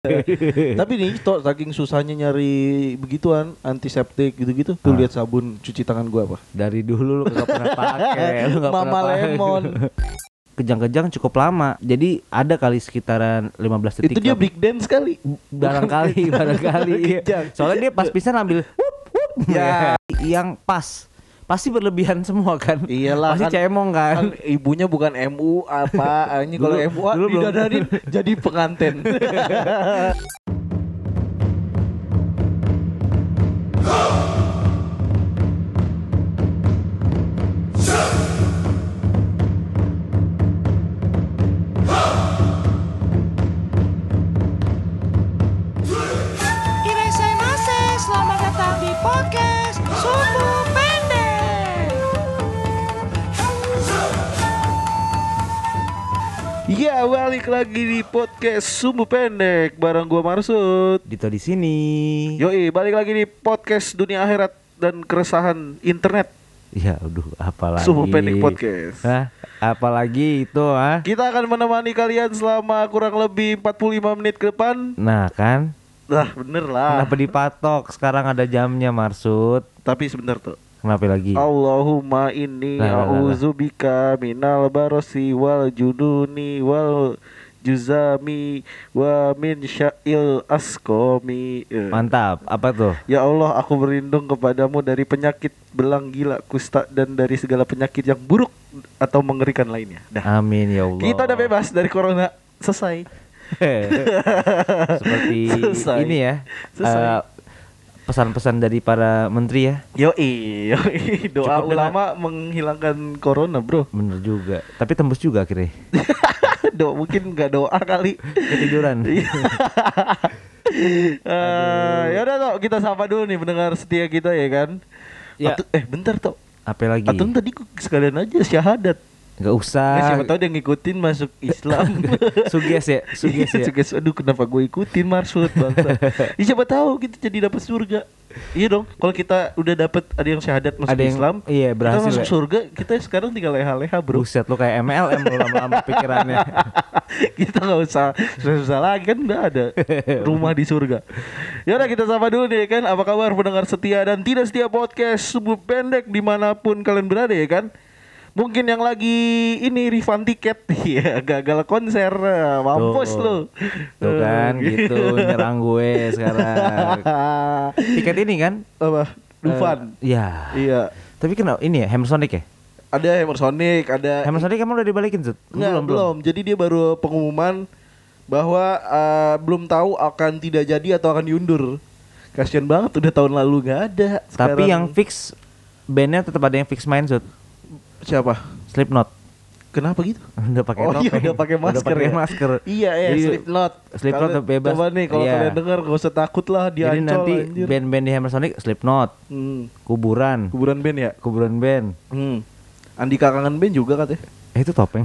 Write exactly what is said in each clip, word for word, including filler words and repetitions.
Tapi nih, toh saking susahnya nyari begituan antiseptik gitu-gitu, tuh Ah. lihat sabun cuci tangan gua apa? Dari dulu lu gak pernah pakai, lu gak Mama pernah pakai. Lemon. Kejang-kejang cukup lama. Jadi ada kali sekitaran lima belas detik. Itu dia break dance kali. barangkali, barangkali. Iya. Kejang. Soalnya dia pas pisan ambil wup, wup, Ya. yang pas. Pasti berlebihan semua kan. Iyalah Pasti kan, cemong kan. kan ibunya bukan M U apa, ini kalau Dulu- M U dulu belum. didadarin jadi pengantin. Irasemase, selamat datang di podcast Sumbu Pendek. Iya, balik lagi di podcast Sumbu Pendek bareng gua Marsud. Dito di sini. Yoi, balik lagi di podcast dunia akhirat dan keresahan internet. Ya, aduh, apalagi. Sumbu Pendek Podcast. Hah? Apalagi itu, ah. Kita akan menemani kalian selama kurang lebih empat puluh lima menit ke depan. Nah, kan. Lah, bener lah. Kenapa dipatok? Sekarang ada jamnya, Marsud. Tapi sebentar tuh. Kenapa lagi? Allahumma inni Lah, lah, lah, lah. a'udzubika minal barosi wal juduni wal juzami wa min sya'il asqami. Eh. Mantap. Apa tuh? Ya Allah, aku berlindung kepadamu dari penyakit belang gila, kusta, dan dari segala penyakit yang buruk atau mengerikan lainnya. Dah. Amin ya Allah. Kita udah bebas dari corona. Selesai. Seperti Selesai. ini ya. Selesai. eh, pesan-pesan dari para menteri ya. Yoi, yoi. Doa Cukup ulama menghilangkan corona, bro. Bener juga. Tapi tembus juga akhirnya. Do mungkin nggak doa kali. Ketiduran. Eh, ya udah toh, kita sapa dulu nih pendengar setia kita ya kan. Ya. Atu- eh bentar toh. Apa lagi? Atau tadi gua sekalian aja syahadat. Nggak usah. Eh, siapa tahu dia ngikutin masuk Islam. Suges ya, suges ya. Suges. Aduh, kenapa gue ikutin Marsud bangsa. Ya, siapa tahu kita jadi dapat surga. Iya dong. Kalau kita udah dapat ada yang syahadat masuk Ada yang- Islam, iya, berhasil kita masuk ya. surga. Kita sekarang tinggal leha-leha, bro. Buset lu kayak M L M lu lama-lama pikirannya. Kita nggak usah susah-susah lagi, kan udah ada rumah di surga. Ya udah, kita sapa dulu nih kan. Apa kabar pendengar setia dan tidak setia podcast Sumbu Pendek dimanapun kalian berada ya kan. Mungkin yang lagi ini refund tiket, ya gagal konser, eh, mampus Tuh. lu. Tuh kan Eh, gitu nyerang gue sekarang. Tiket ini kan? Apa? Refund. Eh, ya. Iya. Tapi kenapa ini ya Hammersonic ya? Ada Hammersonic, ada Hammersonic kamu udah dibalikin Zut? Nggak, belum, Jadi dia baru pengumuman bahwa eh, belum tahu akan tidak jadi atau akan diundur. Kasian banget, udah tahun lalu nggak ada. Tapi Sekarang- yang fix bandnya tetap ada yang fix main Zut. siapa? Slipknot. Kenapa gitu? Udah pakai Oh iya, topeng. udah pakai masker pakai ya? masker. Iya ya, Jadi, Slipknot. Slipknot Kalian- bebas. Coba nih kalau Iya. kalian dengar gak usah takut lah Jadi diancol nanti anjir. band-band di Hammersonic Slipknot, Hmm. Kuburan, Kuburan band ya? Kuburan band. Hmm. Andika Kangen Band juga katanya. Eh itu topeng.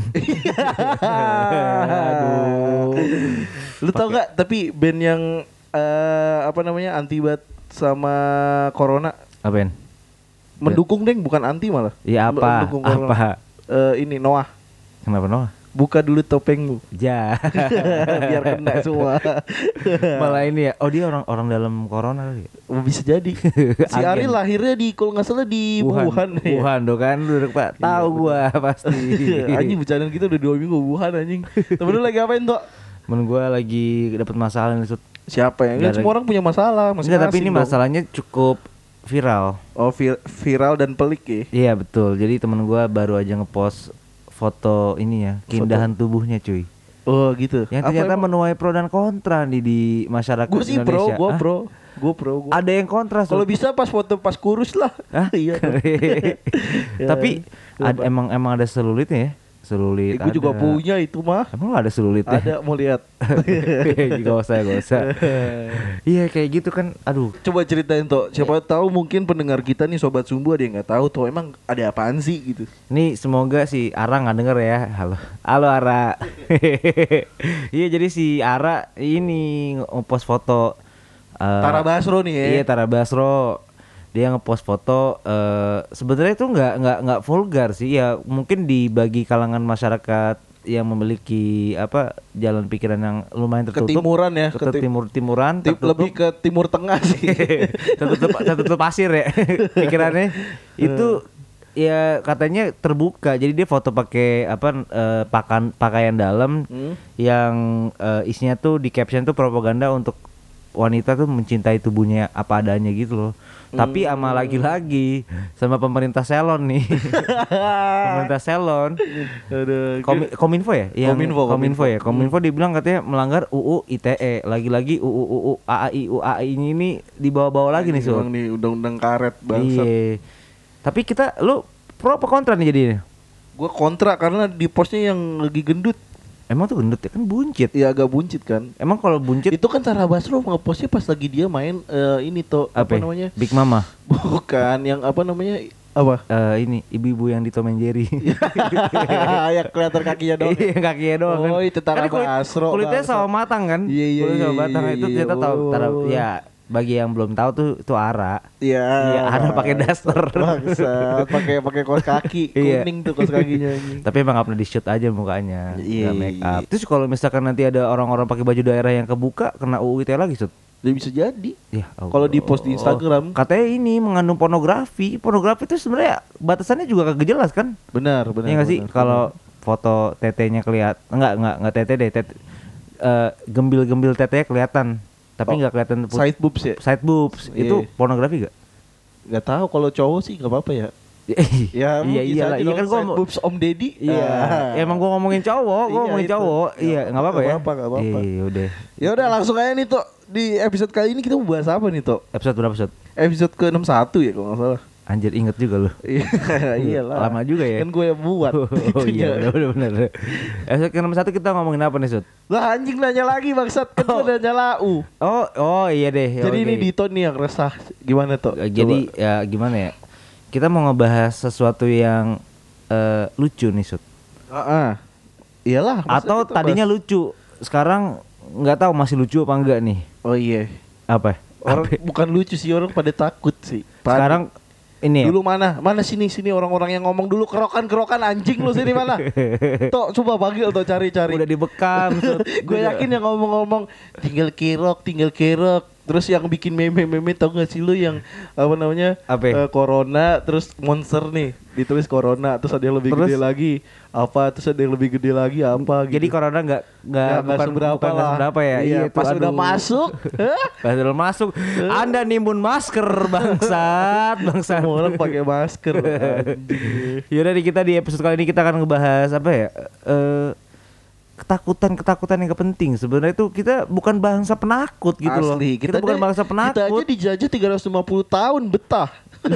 Aduh. Lu tau gak tapi band yang eh, apa namanya anti-bat sama corona Apain? mendukung deng, bukan anti malah. Iya apa? Mendukung corona. Apa? Eh, ini Noah, Kenapa Noah? buka dulu topengmu Ja. biar kena semua. Malah ini ya. Oh dia orang orang dalam corona kali. ya? Oh, bisa jadi. Si Agen. Ari lahirnya di kalau nggak salah di Wuhan. ya. Wuhan tuh kan lu udah Pak. Tahu Iya, gua pasti. Anjing bercandaan gitu udah dua minggu Wuhan anjing. Temen lu lagi apain Tok? Men gua lagi dapat masalah nih Sud. Siapa ya? Kan Gara- semua orang punya masalah masing-masing. Enggak, tapi ini dong. masalahnya cukup viral. Oh, vir- viral dan pelik ya. Iya betul. Jadi temen gua baru aja ngepost foto ini ya, keindahan tubuhnya cuy. Oh gitu. Yang ternyata menuai pro dan kontra nih di masyarakat Gue sih pro, Indonesia. gue Ah, pro, gue pro. Gua. Ada yang kontra Sud. Kalau bisa pas foto pas kurus lah. Hah? Iya. dong. Ya. Tapi ad- Coba. emang emang ada selulitnya ya. Selulit. Eh, gue juga ada. punya itu mah. Emang lu ada selulitnya? Ada, mau lihat. Gak usah, gak usah. Iya kayak gitu kan. Aduh. Coba ceritain Tok. Siapa tahu mungkin pendengar kita nih sobat Sumbu ada yang nggak tahu Tok. Emang ada apaan sih gitu? Nih semoga si Ara nggak denger ya. Halo, halo Ara. Iya jadi si Ara ini ngepost foto. eh, Tara Basro nih ya. Iya Tara Basro. Dia ngepost foto. eh, Sebenarnya itu nggak nggak nggak vulgar sih ya. Mungkin dibagi kalangan masyarakat yang memiliki apa jalan pikiran yang lumayan tertutup. Ketimuran ya, ke, ke tim- timur timuran, Tim- lebih ke timur tengah sih. tertutup tertutup pasir ya pikirannya. Itu ya katanya terbuka. Jadi dia foto pakai apa eh, pakan pakaian dalam Hmm. yang eh, isinya tuh di caption tuh propaganda untuk wanita tuh mencintai tubuhnya apa adanya gitu loh. Tapi sama lagi-lagi sama pemerintah salon nih. Pemerintah salon. Aduh, Komi- Kominfo ya? Yang Kominfo, Kominfo, Kominfo. ya. Kominfo dibilang katanya melanggar U U I T E. Lagi-lagi U U U U A A I U A I ini, ini dibawa-bawa lagi nih, Sul. Emang nih undang-undang karet bangsat. Iya. Tapi kita lu pro apa kontra nih jadinya? Gue kontra karena di postnya yang lagi gendut. Emang tuh gendut ya kan buncit. Ya agak buncit kan. Emang kalau buncit Itu kan Tara Basro ngepostnya pas lagi dia main eh, ini tuh apa, apa, ya? namanya? Big Mama. Bukan yang apa namanya? Apa? Eh ini ibu-ibu yang di Tom and Jerry. Ya kelihatan kakinya doang. Iya kakinya doang kan. Oh, itu Tara Kan kulit- Basro, Kulitnya bangsat. sama matang kan? Iya, iya, Kulitnya sama iya, matang iya, itu iya, ternyata tahu oh. Tara ya bagi yang belum tahu tuh itu Ara. Iya. Iya, Ara pakai daster. Bangsat, pakai pakai kaos kaki Iya. kuning tuh kaos kakinya anjing. Tapi emang gak pernah di shoot aja mukanya, Iya, nggak make iya. up. Terus kalau misalkan nanti ada orang-orang pakai baju daerah yang kebuka kena U U I T E lagi, Sud. Dia bisa jadi. Ya, Kalau di post di Instagram. katanya ini mengandung pornografi. Pornografi itu sebenarnya batasannya juga kagak jelas kan? Benar, benar. Iya nggak sih? benar, Kalau foto tetenya kelihatan, enggak enggak enggak tete deh, tete, eh, gembil-gembil tetenya kelihatan, tapi Oh, nggak kelihatan benar. put- Side boobs ya? side boobs. Iya. Itu pornografi gak? Gak tahu kalau cowok sih nggak apa-apa ya. Ya, iya iya lah. Iya kan gua side mau- boobs Om Deddy. Iya, Ah. emang gua ngomongin cowok, gua Iya, ngomongin itu. cowok. Ya, Iya, nggak apa-apa ya. nggak apa-apa, nggak apa-apa. Iya, udah. Ya udah langsung aja nih tuh di episode kali ini kita mau bahas apa nih tuh? Episode berapa, Sud? Episode ke enam puluh satu ya kalau nggak salah. Anjir inget juga lu. Iya, iyalah. Lama juga ya. Kan gue yang buat. Oh iya, itunya. benar benar benar. Episode ke enam puluh satu kita ngomongin apa nih, Sud? Lah anjing nanya lagi bangsat kan Oh. gue nanya lau. Oh, oh iya deh. Jadi oke. ini Dito nih yang resah. Gimana tuh? Eh, Jadi ya gimana ya? Kita mau ngebahas sesuatu yang eh, lucu nih, Sud. Heeh. Iyalah. masa Atau kita tadinya bahas- lucu, sekarang nggak tahu masih lucu apa enggak nih? Oh iya. Apa? Orang Apa? bukan lucu sih, orang pada takut sih. Panik. Sekarang ini ya? Dulu mana? Mana sini sini orang-orang yang ngomong dulu kerokan-kerokan anjing lu sini mana? Tok coba panggil tuh cari-cari. udah dibekam, Sud. Gue yakin yang ngomong-ngomong tinggal kerok, tinggal kerok. Terus yang bikin meme-meme tau gak sih lu yang apa namanya? Apa? Eh, corona terus monster nih ditulis corona terus ada yang lebih Terus? gede lagi apa terus ada yang lebih gede lagi apa gitu. Jadi corona nggak nggak Ya, nggak bukan seberapa bukan lah. seberapa ya? Iya, itu, pas udah aduh. masuk, hah? Pas udah masuk, Anda nimbun masker bangsat, bangsat. Semua orang pakai masker. Anjir. Yaudah nih kita di episode kali ini kita akan ngebahas apa ya? Eh ketakutan-ketakutan yang gak penting. Sebenarnya itu kita bukan bangsa penakut gitu loh. Asli, Kita, bukan aja- bangsa Kita penakut. aja dijajah tiga ratus lima puluh tahun betah.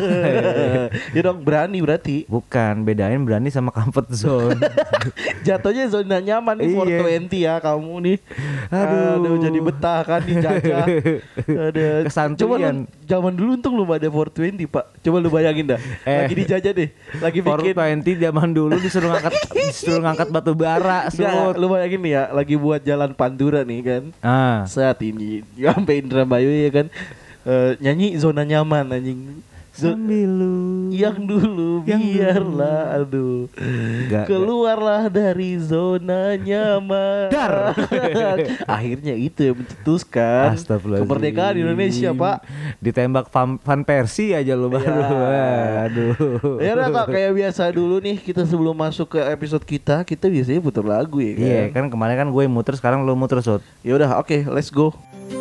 Ya dong berani berarti. Bukan, bedain berani sama comfort zone. Jatuhnya zona nyaman nih Iya. four twenty ya kamu nih. Aduh. Aduh, jadi betah kan dijajah. Aduh. Kesantuyan. Coba lu zaman dulu untung lu ada four twenty, Pak. Coba lu bayangin dah. Eh. Lagi dijajah deh. Lagi bikin four twenty zaman dulu disuruh ngangkat disuruh ngangkat batu bara, Nggak, Sud. lu bayangin nih ya, lagi buat jalan Pantura nih kan. Ah. Saat ini sampai Indramayu ya kan. Eh, nyanyi zona nyaman anjing. Zo- Sambil lu yang dulu Yang biarlah aduh Nggak, keluarlah dari zona nyaman. Dar. Akhirnya itu yang mencetuskan Astagfirullahaladzim. kemerdekaan Indonesia, Pak. Ditembak Van, Van Persie aja lu baru. Iya. Aduh. Ya udah Kak, kayak biasa dulu nih kita sebelum masuk ke episode kita, kita biasanya putar lagu ya kan. Iya kan kemarin kan gue yang muter, sekarang lu muter, Sud. Ya udah, oke, let's go.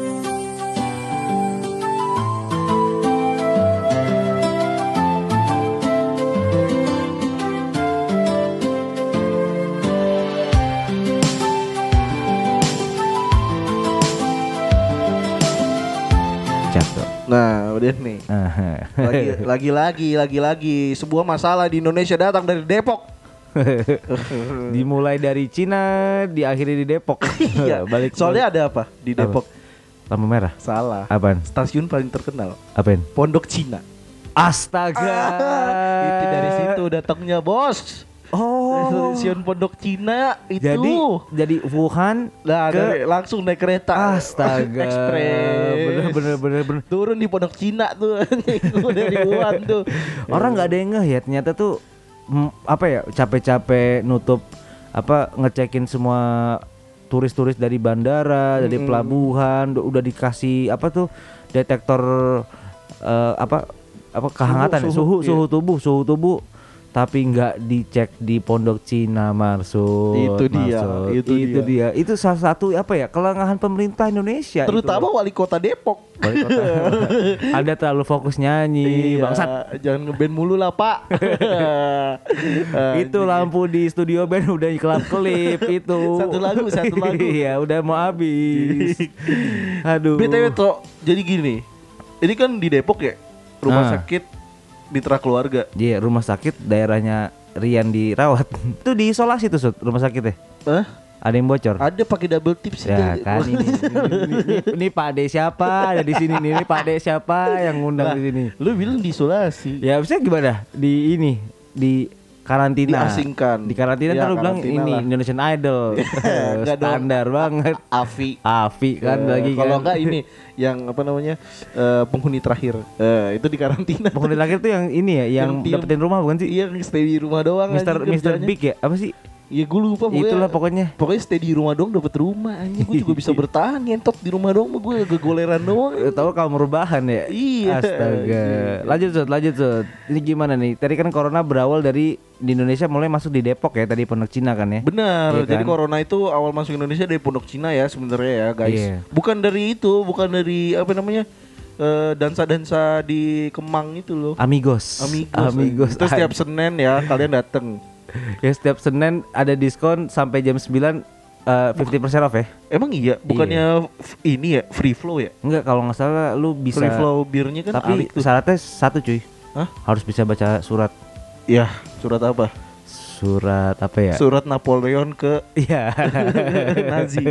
Cakep. Nah, udah nih. Aha. Lagi lagi lagi lagi lagi sebuah masalah di Indonesia datang dari Depok. Dimulai dari Cina, diakhiri di Depok. Iya, Balik. soalnya ada apa di Apa? Depok? lampu merah. Salah. Apaan? Stasiun paling terkenal, Apaan? Pondok Cina. Astaga. Itu dari situ datangnya, Bos. Oh. Stasiun Pondok Cina itu. Jadi jadi Wuhan Nah, ke dari, langsung naik kereta. Astaga. Ekspres. Bener bener bener bener. Turun di Pondok Cina tuh. Dari Wuhan tuh. Orang nggak ada yang ngeh ya ternyata tuh mm, apa ya capek-capek nutup apa ngecekin semua turis-turis dari bandara, dari pelabuhan, udah, udah dikasih apa tuh detektor uh, apa apa kehangatan, suhu suhu, suhu, suhu iya. tubuh, suhu tubuh, tapi nggak dicek di Pondok Cina, Marsud. Itu dia, Marsud. itu itu dia. dia. Itu salah satu apa ya kelengahan pemerintah Indonesia. Terutama itu. wali kota Depok. Wali kota. Anda terlalu fokus nyanyi, Iya, bangsat. jangan ngeband mulu lah Pak. Itu lampu di studio band udah kelap-kelip itu. Satu lagu, satu lagu. Iya, udah mau habis. Aduh. B T W Tok, jadi gini. Ini kan di Depok ya, rumah Ah. sakit Mitra Keluarga. Iya, rumah sakit daerahnya Rian dirawat. Itu diisolasi tuh, Sud, rumah sakit ya? Hah? Ada yang bocor? Ada pakai double tips Ya itu. kan ini, ini, ini, ini, ini Pak D siapa ada di sini nih, ini Pak D siapa yang ngundang Lah, di sini? Lu bilang diisolasi. Ya bisa gimana? Di ini di karantina. Diasingkan. Di karantina Ya, kan lu bilang karantina ini lah. Indonesian Idol. Enggak dong. Standar banget. Afi. Afi kan Eh, lagi kalau kan. enggak ini yang apa namanya eh, penghuni terakhir eh, itu di karantina. Penghuni terakhir tuh yang ini ya, yang, Yang diem. dapetin rumah bukan sih? Iya, stay di rumah doang. Mister anjing Mister kerjanya. Big ya? Apa sih? Iya gue lupa pokoknya. Itulah pokoknya. Pokoknya stay di rumah doang dapat rumah anjing. Gue juga bisa bertahan ngentot di rumah doang, mah gue gegoleran doang. Lu tahu kamu merubahan ya? Iya. Astaga. Lanjut Sud, lanjut Sud. Ini gimana nih? Tadi kan corona berawal dari di Indonesia mulai masuk di Depok ya, tadi Pondok Cina kan ya? Benar, Iya jadi kan? corona itu awal masuk Indonesia dari Pondok Cina ya sebenarnya ya guys. Iya. Bukan dari itu, bukan dari apa namanya eh, dansa-dansa di Kemang itu loh. Amigos. Amigos. Amigos. Itu setiap Senin ya kalian dateng. Ya setiap Senin ada diskon sampai jam sembilan eh, lima puluh persen off ya? Emang iya, bukannya f- ini ya free flow ya? Enggak, kalau nggak salah lu bisa. Free flow birnya kan Tapi alik tuh. syaratnya satu cuy. Hah? Harus bisa baca surat. Ya, surat apa? Surat apa ya? Surat Napoleon ke Iya. Nazi.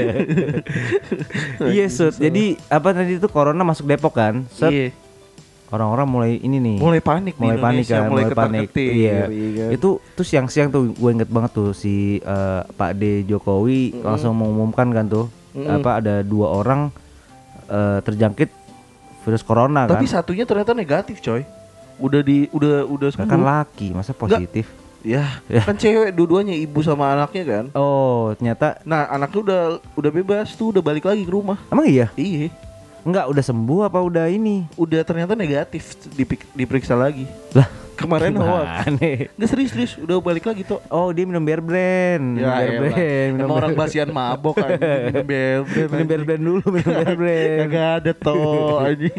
Iya Sud. Jadi apa tadi itu corona masuk Depok kan? Set, Iya. orang-orang mulai ini nih. Mulai panik di mulai panik Indonesia, kan, mulai mulai panik. ketar-ketir, Iya. kan? Itu tuh siang-siang tuh gue inget banget tuh si eh, Pak D Jokowi langsung mengumumkan kan tuh Mm-mm. apa ada dua orang eh, terjangkit virus corona Tapi kan. satunya ternyata negatif, coy. Udah di udah udah Nah, sembuh. kan laki, masa positif? Ya, Ya. kan cewek dua-duanya ibu sama anaknya kan. Oh, ternyata Nah, anaknya udah udah bebas tuh, udah balik lagi ke rumah. emang iya? Iya, Enggak, udah sembuh apa udah ini? udah ternyata negatif dipik- diperiksa lagi. Lah, Kemarin hoax. gimana? Nggak serius-serius, udah balik lagi tuh. Oh, dia minum bear brand. Minum Ya, bear elah. brand. minum Emang orang bear- basian mabok anjing minum bear brand. minum bear brand dulu, minum bear brand. Kagak ada toh anjing.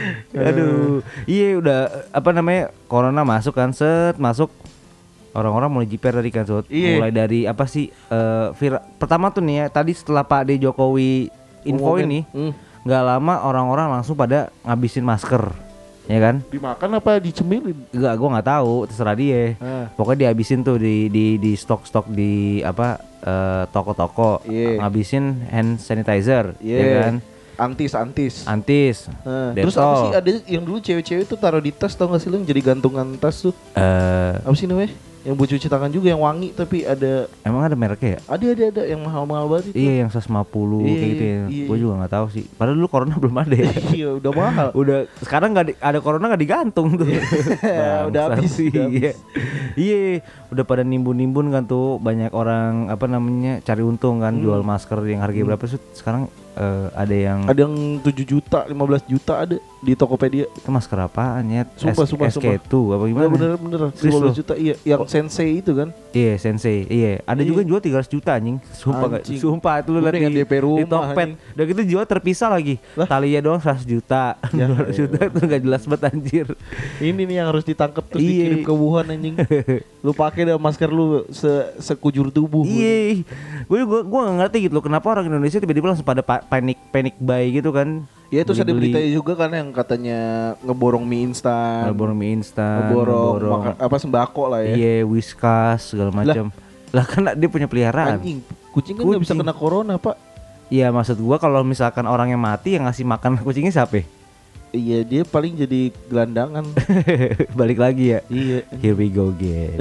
Aduh, iya udah apa namanya corona masuk kan, set masuk orang-orang mulai jiper tadi kan, Sud. Iya. Mulai dari apa sih eh vira- pertama tuh nih ya, tadi setelah Pak D Jokowi info Ngomongin. ini, Hmm. nggak lama orang-orang langsung pada ngabisin masker, ya kan? Dimakan apa dicemilin? Enggak, gua nggak tahu, terserah dia. Ah. Pokoknya dihabisin tuh di di di stok-stok di apa eh, toko-toko, Iya. ngabisin hand sanitizer, Iya. ya kan? Antis antis. Antis, Nah, terus apa Dettol. sih ada yang dulu cewek-cewek tuh taruh di tas, tau gak sih lu yang jadi gantungan tas tuh? eh Apa sih namanya? Yang buat cuci tangan juga yang wangi tapi ada emang ada mereknya ya? ada ada ada yang mahal-mahal banget itu. Iya yang seratus lima puluh Iya, kayak gitu ya. iya, Gue iya. juga nggak tahu sih. Padahal dulu corona belum ada ya. Iya, udah mahal. Udah sekarang nggak di- ada corona nggak digantung tuh. Udah Bangsat habis, sih. udah habis. Iya. Iya, udah pada nimbun-nimbun kan tuh banyak orang apa namanya cari untung kan jual masker yang harganya berapa sih? Sekarang eh, ada yang Ada yang tujuh juta, lima belas juta ada di Tokopedia. itu masker apaan ya? Sumpah, S- sumpah, S K dua apa gimana? Bener bener bener Serius lima belas lu? juta iya, yang sensei itu kan. Iya sensei, iya. Ada Iya. juga yang jual tiga ratus juta anjing. Sumpah nggak? Anjing. Sumpah itu lu lihat Mendingan di, D P rumah, di Tokped. anjing. Udah gitu jual terpisah lagi. Lah? Talinya doang seratus juta, Ya, dua ratus juta itu nggak jelas banget anjir. Ini nih yang harus ditangkap terus Iya. dikirim ke Wuhan anjing. Lu pakai dah masker lu se sekujur tubuh. Iya, gue gue gue nggak ngerti gitu loh kenapa orang Indonesia tiba-tiba langsung pada pa- panik panik buy gitu kan? Ya terus ada Beli-beli. berita juga kan yang katanya ngeborong mie instan. Ngeborong mie instan, Ngeborong, ngeborong, maka- apa sembako lah ya. iya Whiskas segala macam. Lah kan dia punya peliharaan. Anjing, kucing kan nggak bisa Kucing. kena corona, Pak. Iya maksud gua kalau misalkan orang yang mati yang ngasih makan kucingnya siapa? Iya, dia paling jadi gelandangan. Balik lagi ya. Iya. Here we go again.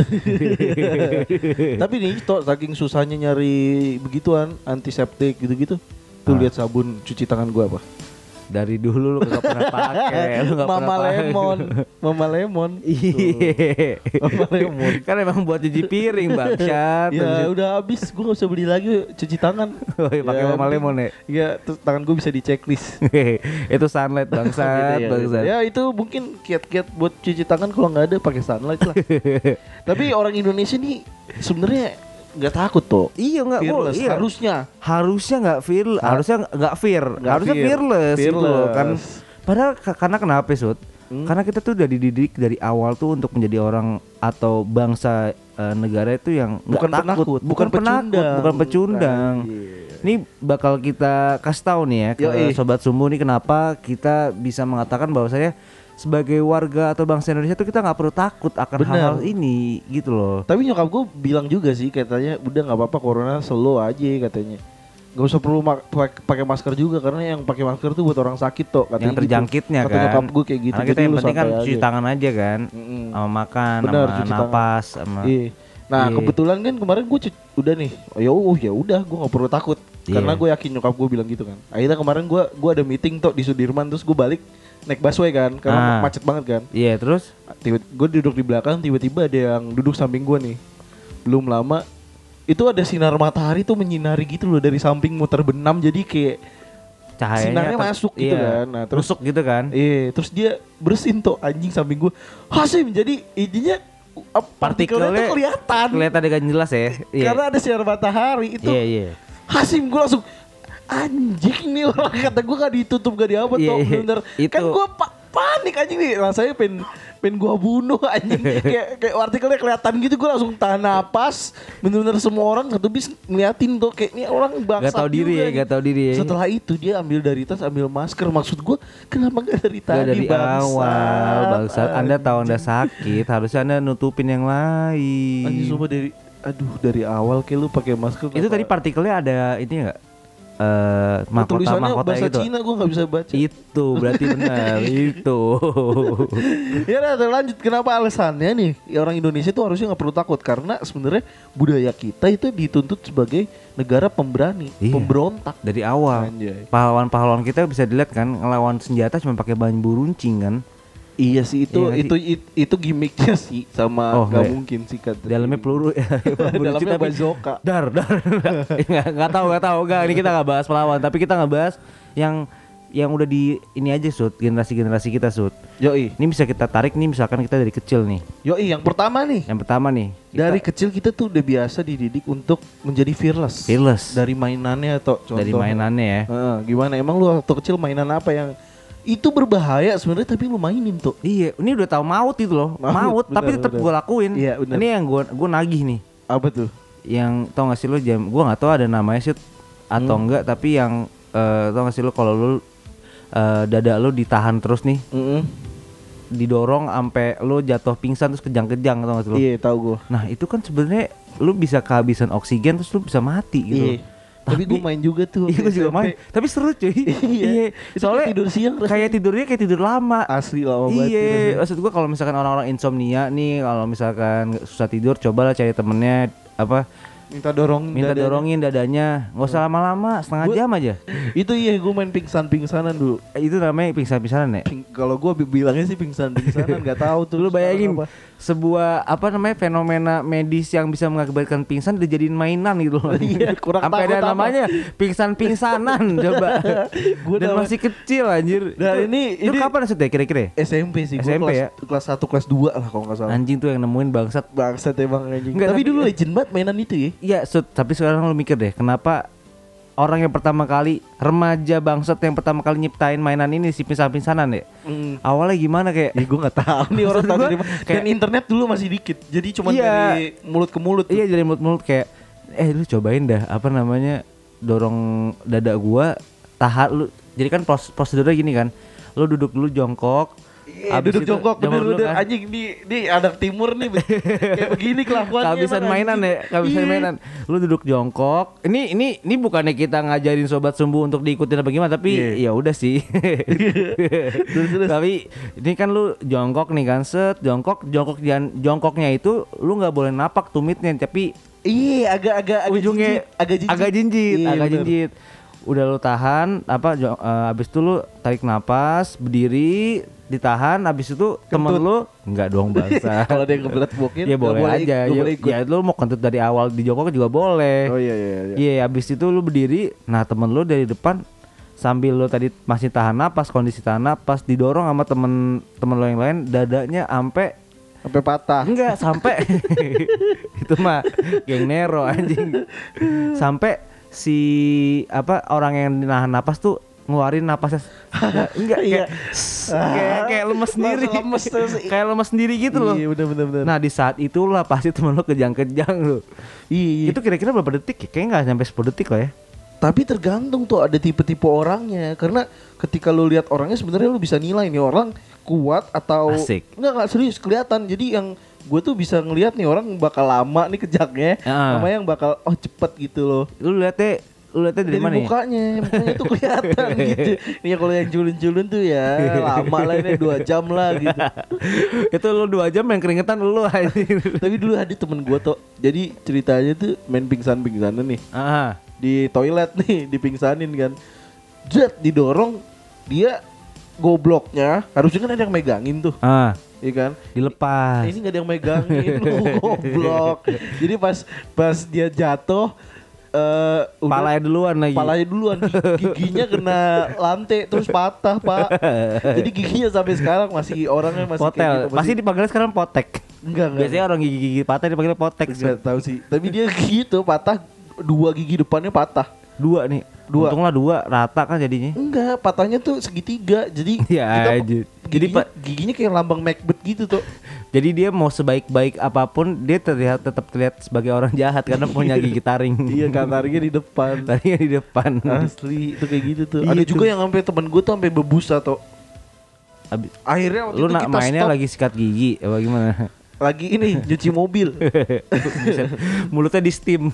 Tapi nih, toh saking susahnya nyari begituan antiseptik gitu-gitu. Tuh Ah. lihat sabun cuci tangan gua apa? Dari dulu lu gak pernah pakai, lu gak pernah Mama pakai. Lemon, Mama Lemon. Iya. Mama Lemon. Kan emang buat cuci piring bangsat. Ya udah habis, gue gak usah beli lagi cuci tangan. Oh, iya, pakai Mama penting- Lemon ya. Iya, terus tangan gue bisa di checklist. Itu sunlight bangsat, Gitu ya, bangsat. Ya itu mungkin kiat-kiat buat cuci tangan kalau nggak ada pakai sunlight lah. Tapi orang Indonesia nih sebenarnya nggak takut tuh. Iya enggak, Fearless, iya. harusnya. harusnya nggak fear, Ha- harusnya nggak fear, Nggak harusnya fear. fearless, gitu loh kan. Fearless. Padahal ka- karena kenapa Sud? Hmm. Karena kita tuh udah dididik dari awal tuh untuk menjadi orang atau bangsa eh, negara itu yang nggak Bukan takut, penakut, bukan penakut, pecundang. bukan pecundang. Anjir. Ini bakal kita kasih tahu nih ya ke Yoi. sobat Sumbu nih kenapa kita bisa mengatakan bahwasanya sebagai warga atau bangsa Indonesia tuh kita nggak perlu takut akan Bener. hal-hal ini gitu loh. Tapi nyokap gue bilang juga sih katanya udah nggak apa-apa corona slow aja katanya. Gak usah perlu mak- pak- pakai masker juga karena yang pakai masker tuh buat orang sakit toh katanya Yang terjangkitnya gitu. Kata kan. nyokap gue kayak gitu. Karena kita Jadi yang lu penting kan santai cuci aja. tangan aja kan. Mm-mm. Sama makan, Benar, sama cuci tangan. napas, sama Iya. Nah Iya. kebetulan kan kemarin gue cu- udah nih, oh ya oh, ya udah gue nggak perlu takut Iya. karena gue yakin nyokap gue bilang gitu kan. Akhirnya kemarin gue gue ada meeting tuh di Sudirman terus gue balik naik busway kan karena Ah. macet banget kan. Iya, terus Tiba gue duduk di belakang tiba-tiba ada yang duduk samping gue nih. Belum lama itu ada sinar matahari tuh menyinari gitu loh dari samping muter benam jadi kayak cahayanya sinarnya ter- masuk gitu iya, kan. Nah, terus rusuk gitu kan. Iya, terus dia bersin tuh anjing samping gue. Hasim jadi intinya uh, partikelnya tuh Partikelnya kelihatan. Kelihatan dengan jelas ya. Iya. Karena ada sinar matahari itu. Iya, iya. Hasim gue langsung anjing nih orang kata gue gak ditutup gak diapa Iya, tuh iya. bener. Itu- Kan gue pa- panik anjing nih rasanya pengen pengen gue bunuh anjing kayak kayak artikelnya kelihatan gitu gue langsung tahan napas bener-bener semua orang satu bis ngeliatin tuh kayak ini orang bangsa Gak tahu diri ya, gak tahu diri ya. setelah itu dia ambil dari tas ambil masker maksud gue kenapa gak dari Gak tadi dari bangsat? awal, bangsat. Anda tahu Anda Anjing. sakit, harusnya Anda nutupin yang lain. Anjing sumpah dari aduh dari awal kayak lu pakai masker Itu kenapa- tadi partikelnya ada ini enggak? Eh, mahkota tulisannya mahkota bahasa gitu. Cina gue nggak bisa baca. Itu berarti benar, itu. Ya udah lanjut kenapa alasannya nih ya orang Indonesia tuh harusnya nggak perlu takut karena sebenarnya budaya kita itu dituntut sebagai negara pemberani, Iya. pemberontak. Dari awal. Anjay. Pahlawan-pahlawan kita bisa dilihat kan ngelawan senjata cuma pakai bambu runcing kan. Iya sih itu Iya nggak itu itu, itu gimmicknya sih sama Oh, nggak nggak ya? mungkin sih kata. Dalamnya peluru ya. Bambu runcing Dalamnya tapi bazooka. dar dar. Nggak nggak tahu nggak tahu enggak ini kita nggak bahas pelawan tapi kita nggak bahas yang yang udah di ini aja Sud, generasi-generasi kita Sud. Yoi, Ini bisa kita tarik nih misalkan kita dari kecil nih. yoi yang pertama nih. Yang pertama nih. kita Dari kecil kita tuh udah biasa dididik untuk menjadi fearless. fearless Dari mainannya atau contoh. dari mainannya ya. Heeh, gimana emang lu waktu kecil mainan apa yang itu berbahaya sebenarnya tapi lu mainin tuh. Iya, ini udah tahu maut itu loh. Maut, Maut, benar, tapi tetap benar. gue lakuin. Iya, benar. Ini yang gue gue nagih nih. Apa tuh? Yang tau gak sih lo jam gue nggak tahu ada namanya sih atau Hmm. enggak tapi yang eh, tau gak sih lo kalau lo eh, dada lo ditahan terus nih Mm-mm. didorong sampai lo jatuh pingsan terus kejang-kejang tau gak sih lo. Iya, tahu gua. Nah itu kan sebenarnya lo bisa kehabisan oksigen terus lo bisa mati gitu. Iya. Tapi gue main juga tuh. Iya gue juga S M P. main. Tapi seru cuy. Iya. Itu Soalnya kayak tidur siang rasanya. kayak tidurnya kayak tidur lama. Asli lama banget. Iya, maksud gua kalau misalkan orang-orang insomnia nih, kalau misalkan susah tidur, cobalah cari temennya apa Minta dorong minta dadanya. dorongin dadanya, nggak usah lama-lama, setengah Gua- jam aja. Itu iya gue main pingsan-pingsanan dulu. Eh, Itu namanya pingsan-pingsanan ya. Ping- Kalau gue bilangnya sih pingsan-pingsanan nggak tahu tuh. Lu bayangin sekarang apa. sebuah apa namanya fenomena medis yang bisa mengakibatkan pingsan dijadiin mainan gitu loh. Iya, kurang Sampai takut ada apa. namanya pingsan-pingsanan coba. Gua Dan nama- masih kecil anjir. Nah, Itu- ini- itu ini- kapan maksudnya kira-kira? S M P sih. Gua S M P kelas, ya? Kelas satu, kelas dua lah kalau nggak salah. Anjing tuh yang nemuin bangsat. Bangsat emang anjing. Enggak, tapi, tapi- dulu legend banget mainan itu ya. Iya, Sud, tapi sekarang lu mikir deh, kenapa orang yang pertama kali remaja bangsat yang pertama kali nyiptain mainan ini si pingsan-pingsanan ya? Mm. Awalnya gimana kayak Ya gue nggak tahu nih orang Maksud tahu gua dari mana. kayak- Dan internet dulu masih dikit. Jadi cuma Iya. dari mulut ke mulut. tuh. iya jadi mulut-mulut kayak eh lu cobain dah apa namanya dorong dada gua tahan lu. Jadi kan pros- prosedurnya gini kan. Lu duduk dulu jongkok. Iya, abis duduk itu jongkok jongkok dulu bener-bener kan. anjing di di anak timur nih be- kayak begini kelakuannya. Kehabisan emang, mainan anjing. ya, kehabisan Iya. mainan. Lu duduk jongkok. Ini ini ini bukannya kita ngajarin sobat sumbu untuk diikutin apa gimana, tapi Iya. ya udah sih. Terus, terus. Tapi ini kan lu jongkok nih kan, set jongkok, jongkok jangan jongkoknya itu lu nggak boleh napak tumitnya, tapi Iya, agak-agak agak ujungnya jinjit, agak jinjit. agak jinjit, Iya, agak bener. jinjit. Udah lu tahan apa jo- eh, abis itu lu tarik napas, berdiri, ditahan, abis itu temen lu enggak dong bangsa. Kalau dia kebelet bokin, Ya boleh aja. Gak Ya, boleh ikut. ya lu mau kentut dari awal di jongkok juga boleh. Oh iya iya iya. Iya, abis itu lu berdiri, nah temen lu dari depan sambil lu tadi masih tahan napas, kondisi tahan napas, didorong sama temen temen lu yang lain, dadanya ampe Sampai patah. enggak sampai itu mah geng Nero anjing. Sampai si apa orang yang nahan napas tuh ngeluarin napasnya enggak, enggak Iya. kayak kayak kayak lemes sendiri. Langsung lemes terus. Kayak lemes sendiri gitu loh. Iya bener bener bener. Nah, di saat itulah pasti temen lu kejang-kejang lu. Iya. Itu kira-kira berapa detik ya? Kayaknya enggak sampai sepuluh detik lah ya. Tapi tergantung tuh ada tipe-tipe orangnya. Karena ketika lu lihat orangnya sebenarnya lu bisa nilai nih orang kuat atau Asik. enggak enggak serius kelihatan. Jadi yang gue tuh bisa ngelihat nih orang bakal lama nih kejaknya, Ah. sama yang bakal oh cepet gitu loh. Lu lihatnya lu lihatnya dari Dari mana ya? mukanya, mukanya tuh kelihatan gitu. Nih kalau yang culun-culun tuh ya lama lah ini dua jam lah gitu. Itu lu dua jam yang keringetan lu anjing. Tapi dulu ada temen gue tuh, jadi ceritanya tuh main pingsan-pingsanan nih Ah. di toilet nih, dipingsanin kan. Jet didorong, dia gobloknya harusnya kan ada yang megangin tuh, Ah, iya kan? dilepas. Ini nggak ada yang megangin, lu goblok. Jadi pas pas dia jatuh, eh udah- Palanya duluan lagi. Palanya duluan, gig- giginya kena lantai terus patah pak. Jadi giginya sampai sekarang masih orangnya masih Potel. kayak gitu, Pasti dipanggilnya sekarang potek. enggak enggak. Biasanya orang gigi-gigi patah dipanggilnya potek. Enggak tahu sih. Tapi dia gitu patah, dua gigi depannya patah. Dua nih. Dua. Untunglah dua rata kan jadinya. Enggak, patahnya tuh segitiga. Jadi Ya kita aja. Jadi, giginya, Pak, giginya kayak lambang Macbeth gitu tuh. jadi dia mau sebaik-baik apapun dia terlihat tetap terlihat sebagai orang jahat karena punya gigi taring. Iya, katarnya di depan. Taringnya di depan. Asli itu kayak gitu tuh. Iya Ada tuh. juga yang sampai temen gue tuh sampai bebusa tuh. Abis, Akhirnya waktu lu itu nak kita mainnya stop. lagi sikat gigi apa gimana? Lagi ini nyuci mobil. Buset, mulutnya di steam.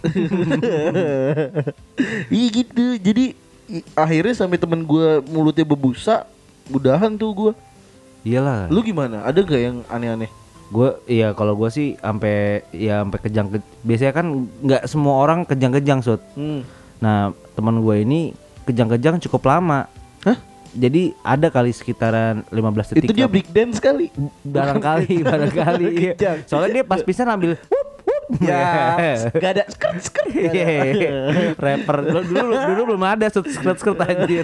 Iya gitu. Jadi i- akhirnya sampai temen gue mulutnya bebusa, udahan tuh gue. Iyalah. Lu gimana? Ada gak yang aneh-aneh? Gue iya kalau gue sih sampai ya sampai kejang ke, biasanya kan nggak semua orang kejang-kejang Sud. Hmm. Nah teman gue ini kejang-kejang cukup lama. Hah? Jadi ada kali sekitaran lima belas detik. Itu dia apa- break dance kali. barangkali barangkali. Iya. Kejang. Soalnya dia pas pisan ambil wup, wup. Ya, gak ada skirt skirt. Gak ada. Iya. Rapper dulu, dulu dulu belum ada skirt-skirt anjir.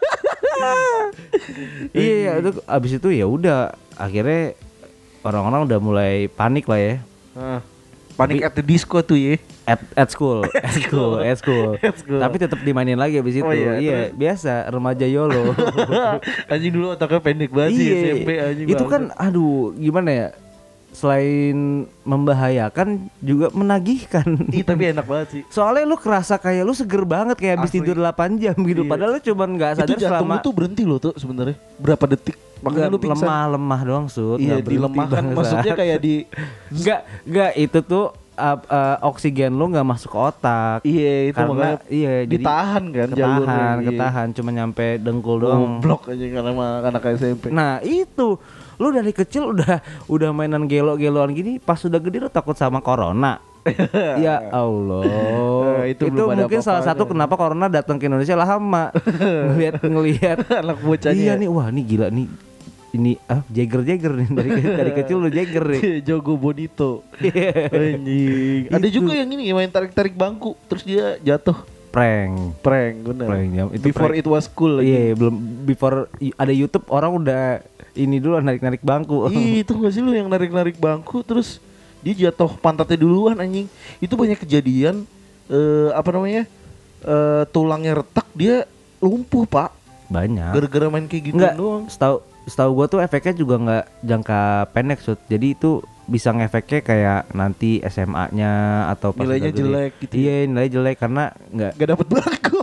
Iya, itu abis itu ya udah akhirnya orang-orang udah mulai panik lah ya. Ah, Panik at the disco tuh ya. At at school, at school, at school. At school. Tapi tetap dimainin lagi abis itu. Oh iya, iya, terus? biasa remaja YOLO. Anjing dulu otaknya pendek banget sih Iya, S M P anjing. itu banget. kan aduh gimana ya? Selain membahayakan juga menagihkan. Ih, tapi enak banget sih. Soalnya lu kerasa kayak lu seger banget kayak habis Asli. tidur delapan jam gitu. Iya. Padahal lu cuman nggak Itu sadar jantung selama lu tuh berhenti loh tuh sebenarnya. Berapa detik? Makanya Nggak, lu pingsan. lemah lemah doang Sud. Iya, Nggak di berhenti lemahkan bangsa. maksudnya kayak di Enggak, enggak itu tuh uh, uh, oksigen lu nggak masuk ke otak. iya itu Karena makanya iya jadi ditahan kan ketahan, jalurnya. Iya. ketahan cuma nyampe dengkul doang. Goblok aja karena sama anak S M P. Nah, itu lu dari kecil udah udah mainan gelo-geloan gini, pas udah gede lu takut sama corona. Ya Allah. Nah, itu itu belum ada mungkin salah apa-apanya. satu kenapa corona datang ke Indonesia lama. ngelihat ngelihat Anak bocahnya. iya nih, wah nih gila nih. Ini ah Jagger Jagger nih dari ke- dari kecil lu Jagger nih. Jogo Bonito. Anjing. Ada Itu. juga yang ini yang main tarik-tarik bangku terus dia jatuh. Prank. Prank bener. Prank, ya. Itu Before prank. it was cool lagi. Iya, belum before y- ada YouTube orang udah ini dulu narik-narik bangku. Ih, itu gak sih lu yang narik-narik bangku terus dia jatuh pantatnya duluan anjing. Itu banyak kejadian eh apa namanya? Eh tulangnya retak dia lumpuh, Pak. Banyak. Gara-gara main kayak gitu Enggak, doang. setahu setahu gua tuh efeknya juga nggak jangka pendek Sud. Jadi itu bisa ngefeknya kayak nanti S M A-nya atau pas Nilainya udah gede. jelek gitu ya? Iya, nilai jelek karena nggak Gak dapet bangku.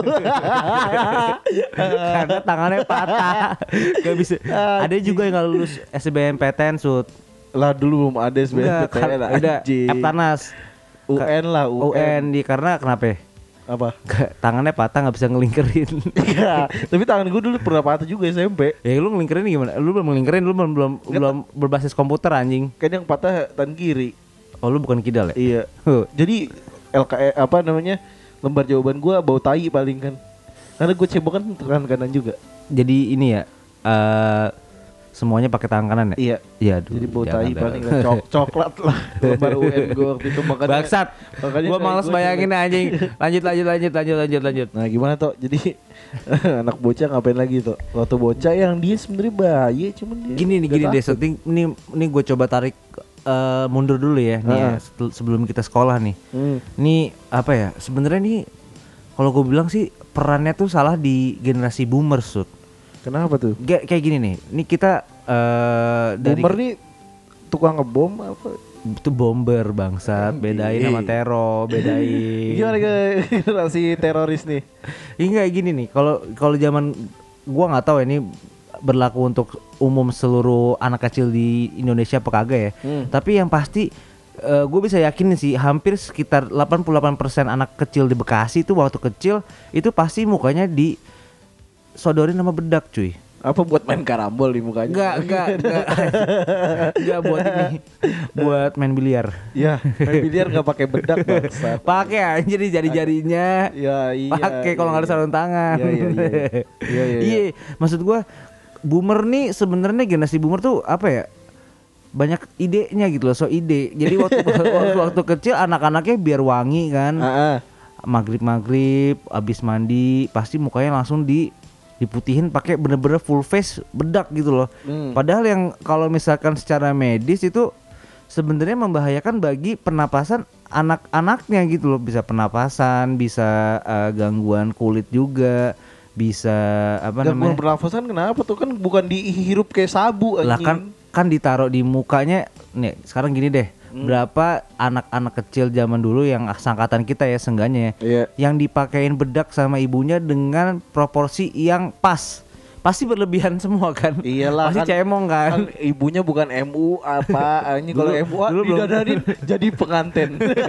karena tangannya patah. Gak bisa. Ada juga yang nggak lulus S B M P T N Sud. Lah dulu belum ada S B M Enggak, P T N kan- udah anjing. Eptanas. U N lah, U N. U N di karena kenapa? ya? Apa? Nggak, tangannya patah nggak bisa ngelingkerin. Iya, tapi tangan gue dulu pernah patah juga S M P. Ya lu ngelingkerin gimana? Lu belum ngelingkerin, lu belum belum, belum berbasis komputer anjing. Kan yang patah tangan kiri. Oh lu bukan kidal ya? Iya. Huh. Jadi L K E apa namanya? Lembar jawaban gua bau tai paling kan. Karena gue cebok kan tangan kanan juga. Jadi ini ya eh semuanya pakai tangan kanan ya? Iya. Iya, aduh. Jadi bau jangan tai dah. paling lah, cok coklat lah. Baru U N gue waktu itu makanya. Bangsat. makanya Gua kayak males gua bayangin jelek. anjing. Lanjut lanjut lanjut lanjut lanjut lanjut. Nah gimana toh? Jadi anak bocah ngapain lagi tuh? Waktu bocah yang dia sebenarnya bayi, cuman dia Gini nih nggak gini deh, takut. setting ini ini gue coba tarik eh, mundur dulu ya nih ya, Ah. setel- sebelum kita sekolah nih. Hmm. Ini apa ya? Sebenarnya nih kalau gue bilang sih perannya tuh salah di generasi boomer, Sud. Kenapa tuh? Kayak kayak gini nih. Ini kita eh dari Boomer nih tukang ngebom apa? itu bomber bangsat, bedain sama tero, bedain. Gimana ke generasi teroris nih? Ini kayak gini nih. Kalau kalau zaman gua nggak tahu ya, ini berlaku untuk umum seluruh anak kecil di Indonesia apa kagak ya. Hmm. Tapi yang pasti gue bisa yakin sih hampir sekitar delapan puluh delapan persen anak kecil di Bekasi itu waktu kecil itu pasti mukanya disodorin sama bedak, cuy. Apa buat main karambol di mukanya? Enggak, enggak, enggak. Enggak buat ini. Buat main biliar. Ya, main biliar nggak pakai bedak bangsat. Pakai anjir di jari-jarinya. Ya iya. Pakai kalau nggak ada sarung tangan. Iya iya iya. Iya iya. Iya, maksud gua boomer nih sebenarnya generasi boomer tuh apa ya? Banyak idenya gitu loh, so ide. Jadi waktu waktu, waktu kecil anak-anaknya biar wangi kan. Ah, ah. Maghrib-maghrib abis mandi pasti mukanya langsung di diputihin pakai bener-bener full face bedak gitu loh. Hmm. Padahal yang kalau misalkan secara medis itu sebenarnya membahayakan bagi pernapasan anak-anaknya gitu loh. Bisa pernapasan, bisa uh, gangguan kulit juga, bisa apa Gangguan namanya? pernafasan kenapa tuh, kan bukan dihirup kayak sabu Lah anjing. kan kan ditaruh di mukanya. Nih, sekarang gini deh. Hmm. Berapa anak-anak kecil zaman dulu yang sangkatan kita ya seenggaknya ya, Iya. yang dipakein bedak sama ibunya dengan proporsi yang pas. Pasti berlebihan semua kan. Iyalah Pasti kan, cemong kan. kan ibunya bukan M U apa ini kalau Dulu- M U ah, dulu belum. didadarin jadi pengantin.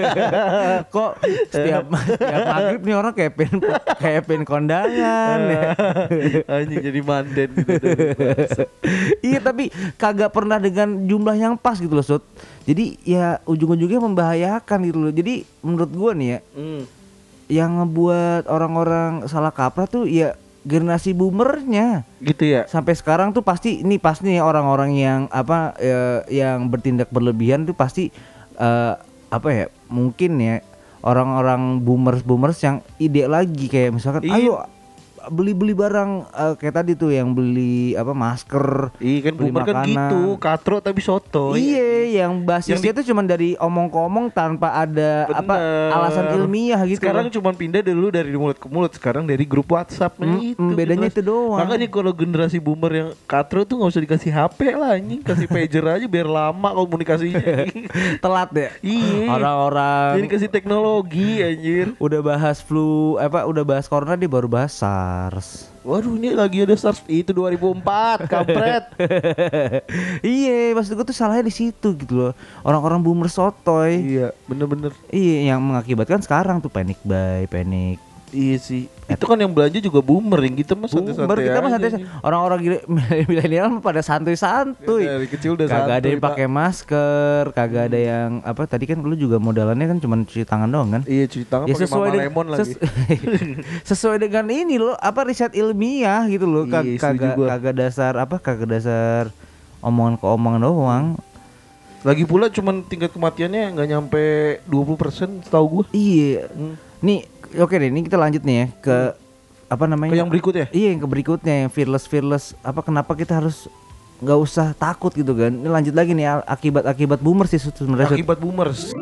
Kok setiap, setiap maghrib nih orang kayak pengen kayak pengen kondangan ya. Anjing jadi manden gitu. Iya tapi kagak pernah dengan jumlah yang pas gitu loh, Sud. Jadi ya ujung-ujungnya membahayakan gitu loh. Jadi menurut gua nih ya, Hmm. yang ngebuat orang-orang salah kaprah tuh ya generasi boomernya. Gitu ya. Sampai sekarang tuh pasti ini pasti nih orang-orang yang apa ya, yang bertindak berlebihan tuh pasti eh, apa ya, mungkin ya orang-orang boomers-boomers yang ide lagi kayak misalkan Iya. ayo beli-beli barang eh, kayak tadi tuh yang beli apa masker. Iya kan beli boomer kan makanan. gitu, katro tapi soto. Iya, yang basisnya Yang tuh cuma dari omong ke omong tanpa ada apa Bener. alasan ilmiah gitu. Sekarang loh. cuma pindah dulu dari mulut ke mulut, sekarang dari grup WhatsApp. Nah, Mm, itu mm, bedanya generasi- itu doang. Makanya kalau generasi boomer yang katro tuh nggak usah dikasih H P lah anjing, kasih pager aja biar lama komunikasinya. telat ya. Iya. Orang-orang Jadi kasih teknologi anjir. udah bahas flu apa udah bahas corona dia baru bahas SARS. Waduh ini lagi ada SARS itu dua ribu empat, kampret. Iya, maksud gue tuh salahnya di situ gitu loh. Orang-orang boomer sotoy. Iya, bener-bener. Iya, yang mengakibatkan sekarang tuh panic buy, panic. Iya sih. Itu kan yang belanja juga boomer, yang kita mah Boomer santai-santai kita mah aja, santai. anjing. Orang-orang gila- milenial mah pada santuy-santuy. Dari kecil udah Kagak ada santuy, yang Pak. pakai masker, kagak ada yang apa tadi kan lu juga modalannya kan cuma cuci tangan doang kan? Iya cuci tangan Ya pakai sesuai Mama dengan Lemon lagi. ses- sesuai dengan ini loh apa riset ilmiah gitu loh. Kag- Iya, setuju kagak gua. kagak dasar apa kagak dasar omongan ke omongan doang. Lagi pula cuman tingkat kematiannya nggak nyampe dua puluh persen setahu gua. Iya. Hmm. Nih oke deh, ini kita lanjut nih ya ke apa namanya? Ke yang berikutnya. Iya, yang ke berikutnya yang fearless fearless. Apa kenapa kita harus nggak usah takut gitu kan? Ini lanjut lagi nih a- akibat-akibat boomer sih sebenarnya. Sud. Akibat boomers.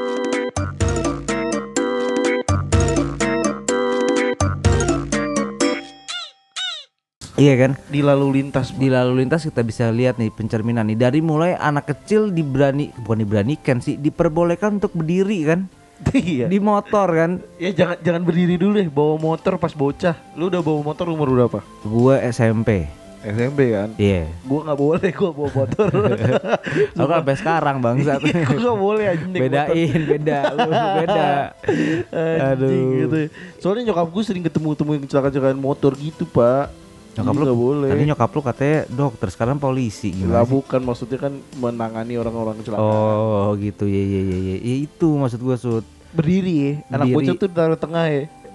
Iya kan? Di lalu lintas. Di lalu lintas kita bisa lihat nih pencerminan nih dari mulai anak kecil diberani bukan diberanikan sih diperbolehkan untuk berdiri kan Iya. di motor kan. Ya jangan jangan berdiri dulu deh, bawa motor pas bocah. Lu udah bawa motor umur berapa? Gua S M P. S M P kan. Iya. Gua nggak boleh gua bawa motor. Aku sampai sekarang bangsat. Gua nggak boleh anjing naik motor. Bedain, beda, lu beda. Anjing Aduh. gitu. Soalnya nyokap gue sering ketemu-temu yang kecelakaan motor gitu, Pak. Nyokap Jadi lu nggak boleh. Tadi nyokap lu katanya dokter, sekarang polisi Lah gimana sih? bukan, maksudnya kan menangani orang-orang kecelakaan. Oh gitu ya ya ya ya. Ya, itu maksud gua Sud. Berdiri ya. Anak Berdiri. bocah tuh taruh tengah ya.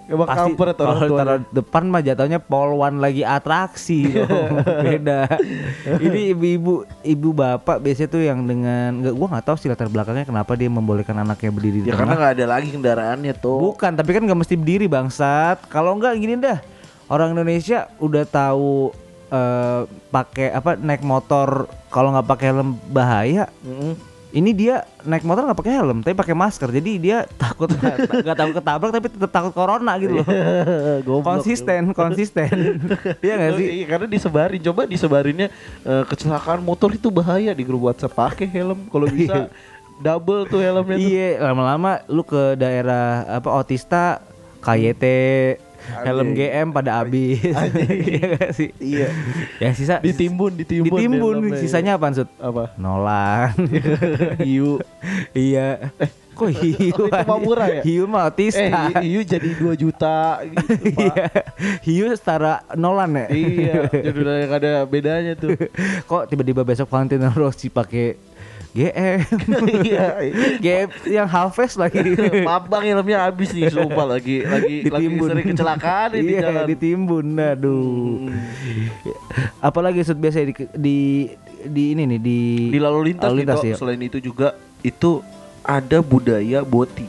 Emang pasti kampret orang kalau tuanya. taruh depan mah jatuhnya polwan lagi atraksi dong. Beda. Ini ibu-ibu ibu bapak biasanya tuh yang dengan nggak, gua nggak tahu sih latar belakangnya kenapa dia membolehkan anaknya berdiri di Ya karena tengah. nggak ada lagi kendaraannya tuh. Bukan, tapi kan nggak mesti berdiri bangsat. Kalau nggak gini dah, orang Indonesia udah tahu eh, pakai apa naik motor kalau nggak pakai helm bahaya. Mm-mm. Ini dia naik motor nggak pakai helm tapi pakai masker, jadi dia takut nggak takut ketabrak tapi tetap takut corona gitu loh. Goblok. Konsisten, konsisten. Iya nggak sih? Iya, karena disebarin, coba disebarinnya eh, kecelakaan motor itu bahaya di grup WhatsApp, pakai helm kalau bisa double tuh helmnya tuh. Iya, lama-lama lu ke daerah apa Otista, K Y T, helm G M pada habis. Iya nggak sih? Iya. Yang sisa Ditimbun, ditimbun. ditimbun. helmnya. Sisanya apaan, Sud? Apa? Nolan. Hiu. Iya. Kok hiu? Oh, itu mah murah ya? Hiu mah Otista. Eh, hi- hiu jadi dua juta gitu, Pak. Iya. Hiu setara Nolan ya? Iya, jadi udah nggak ada bedanya tuh. Kok tiba-tiba besok Valentino Rossi pakai G M? Iya. G M yang Halves lagi. Maaf bang, helmnya habis nih, sumpah lagi lagi lagi sering kecelakaan nih di Iya, jalan. ditimbun. Aduh. Apalagi Sud biasa di, di di ini nih di Di lalu lintas, lalu lintas nih, ya. Tok, selain itu juga itu ada budaya boti,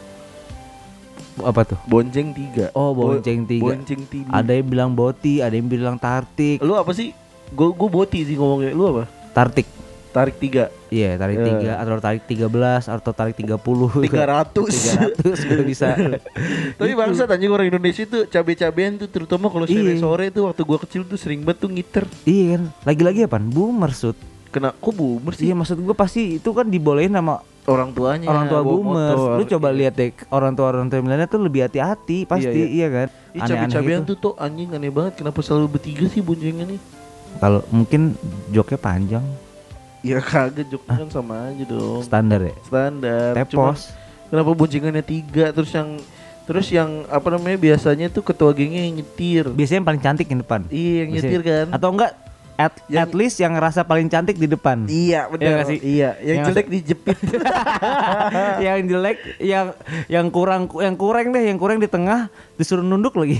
Apa tuh? bonceng tiga. Oh, bonceng Bo- tiga. Bonceng tiga. Ada yang bilang boti, ada yang bilang tartik. Lu apa sih? Gue gue boti sih ngomongnya. Lu apa? Tartik. Tarik tiga. Iya, tarik Ya. tiga atau tarik tiga belas atau tarik tiga puluh. Tiga ratus. Tiga ratus juga bisa. Tapi bangsa anjing orang Indonesia tuh cabe-cabean tuh, terutama kalau Iya. sore-sore tuh waktu gua kecil tuh sering banget tuh ngiter. Iya kan. Lagi-lagi apaan? Boomer Sud. Kena kok boomer sih? Iya, maksud gue pasti itu kan dibolehin sama Orang tuanya. orang tua bawa boomer. motor. Lu coba Iya. lihat deh orang tua orang tua milenial tuh lebih hati-hati pasti, Iya, iya, kan. Ih, Aneh-aneh cabe-cabean gitu. tuh tuh anjing aneh banget, kenapa selalu bertiga sih boncengan nih? Kalau mungkin joknya panjang, Ya kagak, joknya kan sama aja dong. standar ya. Standar. Cuman Tepos. kenapa boncengannya tiga, terus yang terus yang apa namanya biasanya tuh ketua gengnya yang nyetir. Biasanya yang paling cantik di depan. Iya, yang Biasanya. nyetir kan. Atau enggak at, Yang- at least yang ngerasa paling cantik di depan. Iya, Iya benar. nggak sih? Iya, yang Yang jelek dijepit. Yang jelek, yang yang kurang yang kurang deh, yang kurang di tengah disuruh nunduk lagi.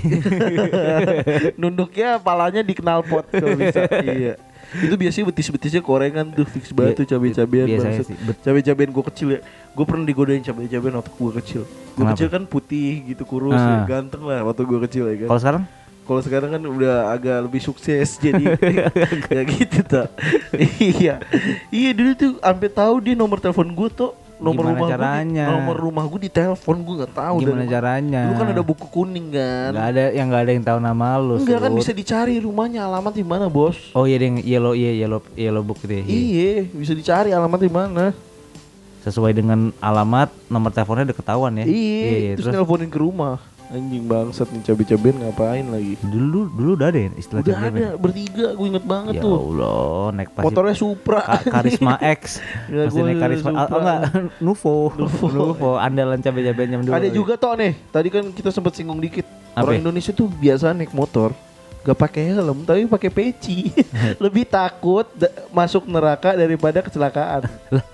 Nunduknya palanya di knalpot kalau bisa. Iya. Itu biasanya betis-betisnya korengan tuh, fix banget tuh cabai-cabean. Biasanya bangsat. sih, bet- Cabai-cabean gue kecil ya. Gue pernah digodain cabai-cabean waktu gue kecil. Gue Kenapa? kecil kan putih gitu, kurus, Ah. ya, ganteng lah waktu gue kecil ya kan. Kalau sekarang Kalau sekarang kan udah agak lebih sukses jadi ya gitu tak. Iya. Iya dulu tuh sampai tahu dia nomor telepon gue tuh, nomor Gimana rumah gue caranya? di, nomor rumah gue di telepon, gue nggak tahu. gimana dari- caranya? Dulu kan ada buku kuning kan. Nggak ada yang nggak ada yang tahu nama lu. Enggak kan Sud. bisa dicari rumahnya, alamat di mana, Bos? Oh iya, yang yellow iya yellow yellow book gitu ya. Iya, bisa dicari alamat di mana. Sesuai dengan alamat, nomor teleponnya udah ketahuan ya. Iya, terus, terus nelponin ke rumah. Anjing bangsat nih, cabe-cabean ngapain lagi? dulu dulu udah ada ya istilah Udah cabe-cabe? ada bertiga, gue inget banget Ya tuh. Allah, naik pasti Motornya Supra. Ka- Karisma X. Ya, Masih gua naik Karisma. Supra. Oh enggak, Nuvo. Nuvo. Nuvo, andalan cabe-cabean jam dulu. Ada juga toh nih, tadi kan kita sempat singgung dikit. Apa Orang ya? Indonesia tuh biasa naik motor gak pakai helm tapi pakai peci. Lebih takut da- masuk neraka daripada kecelakaan.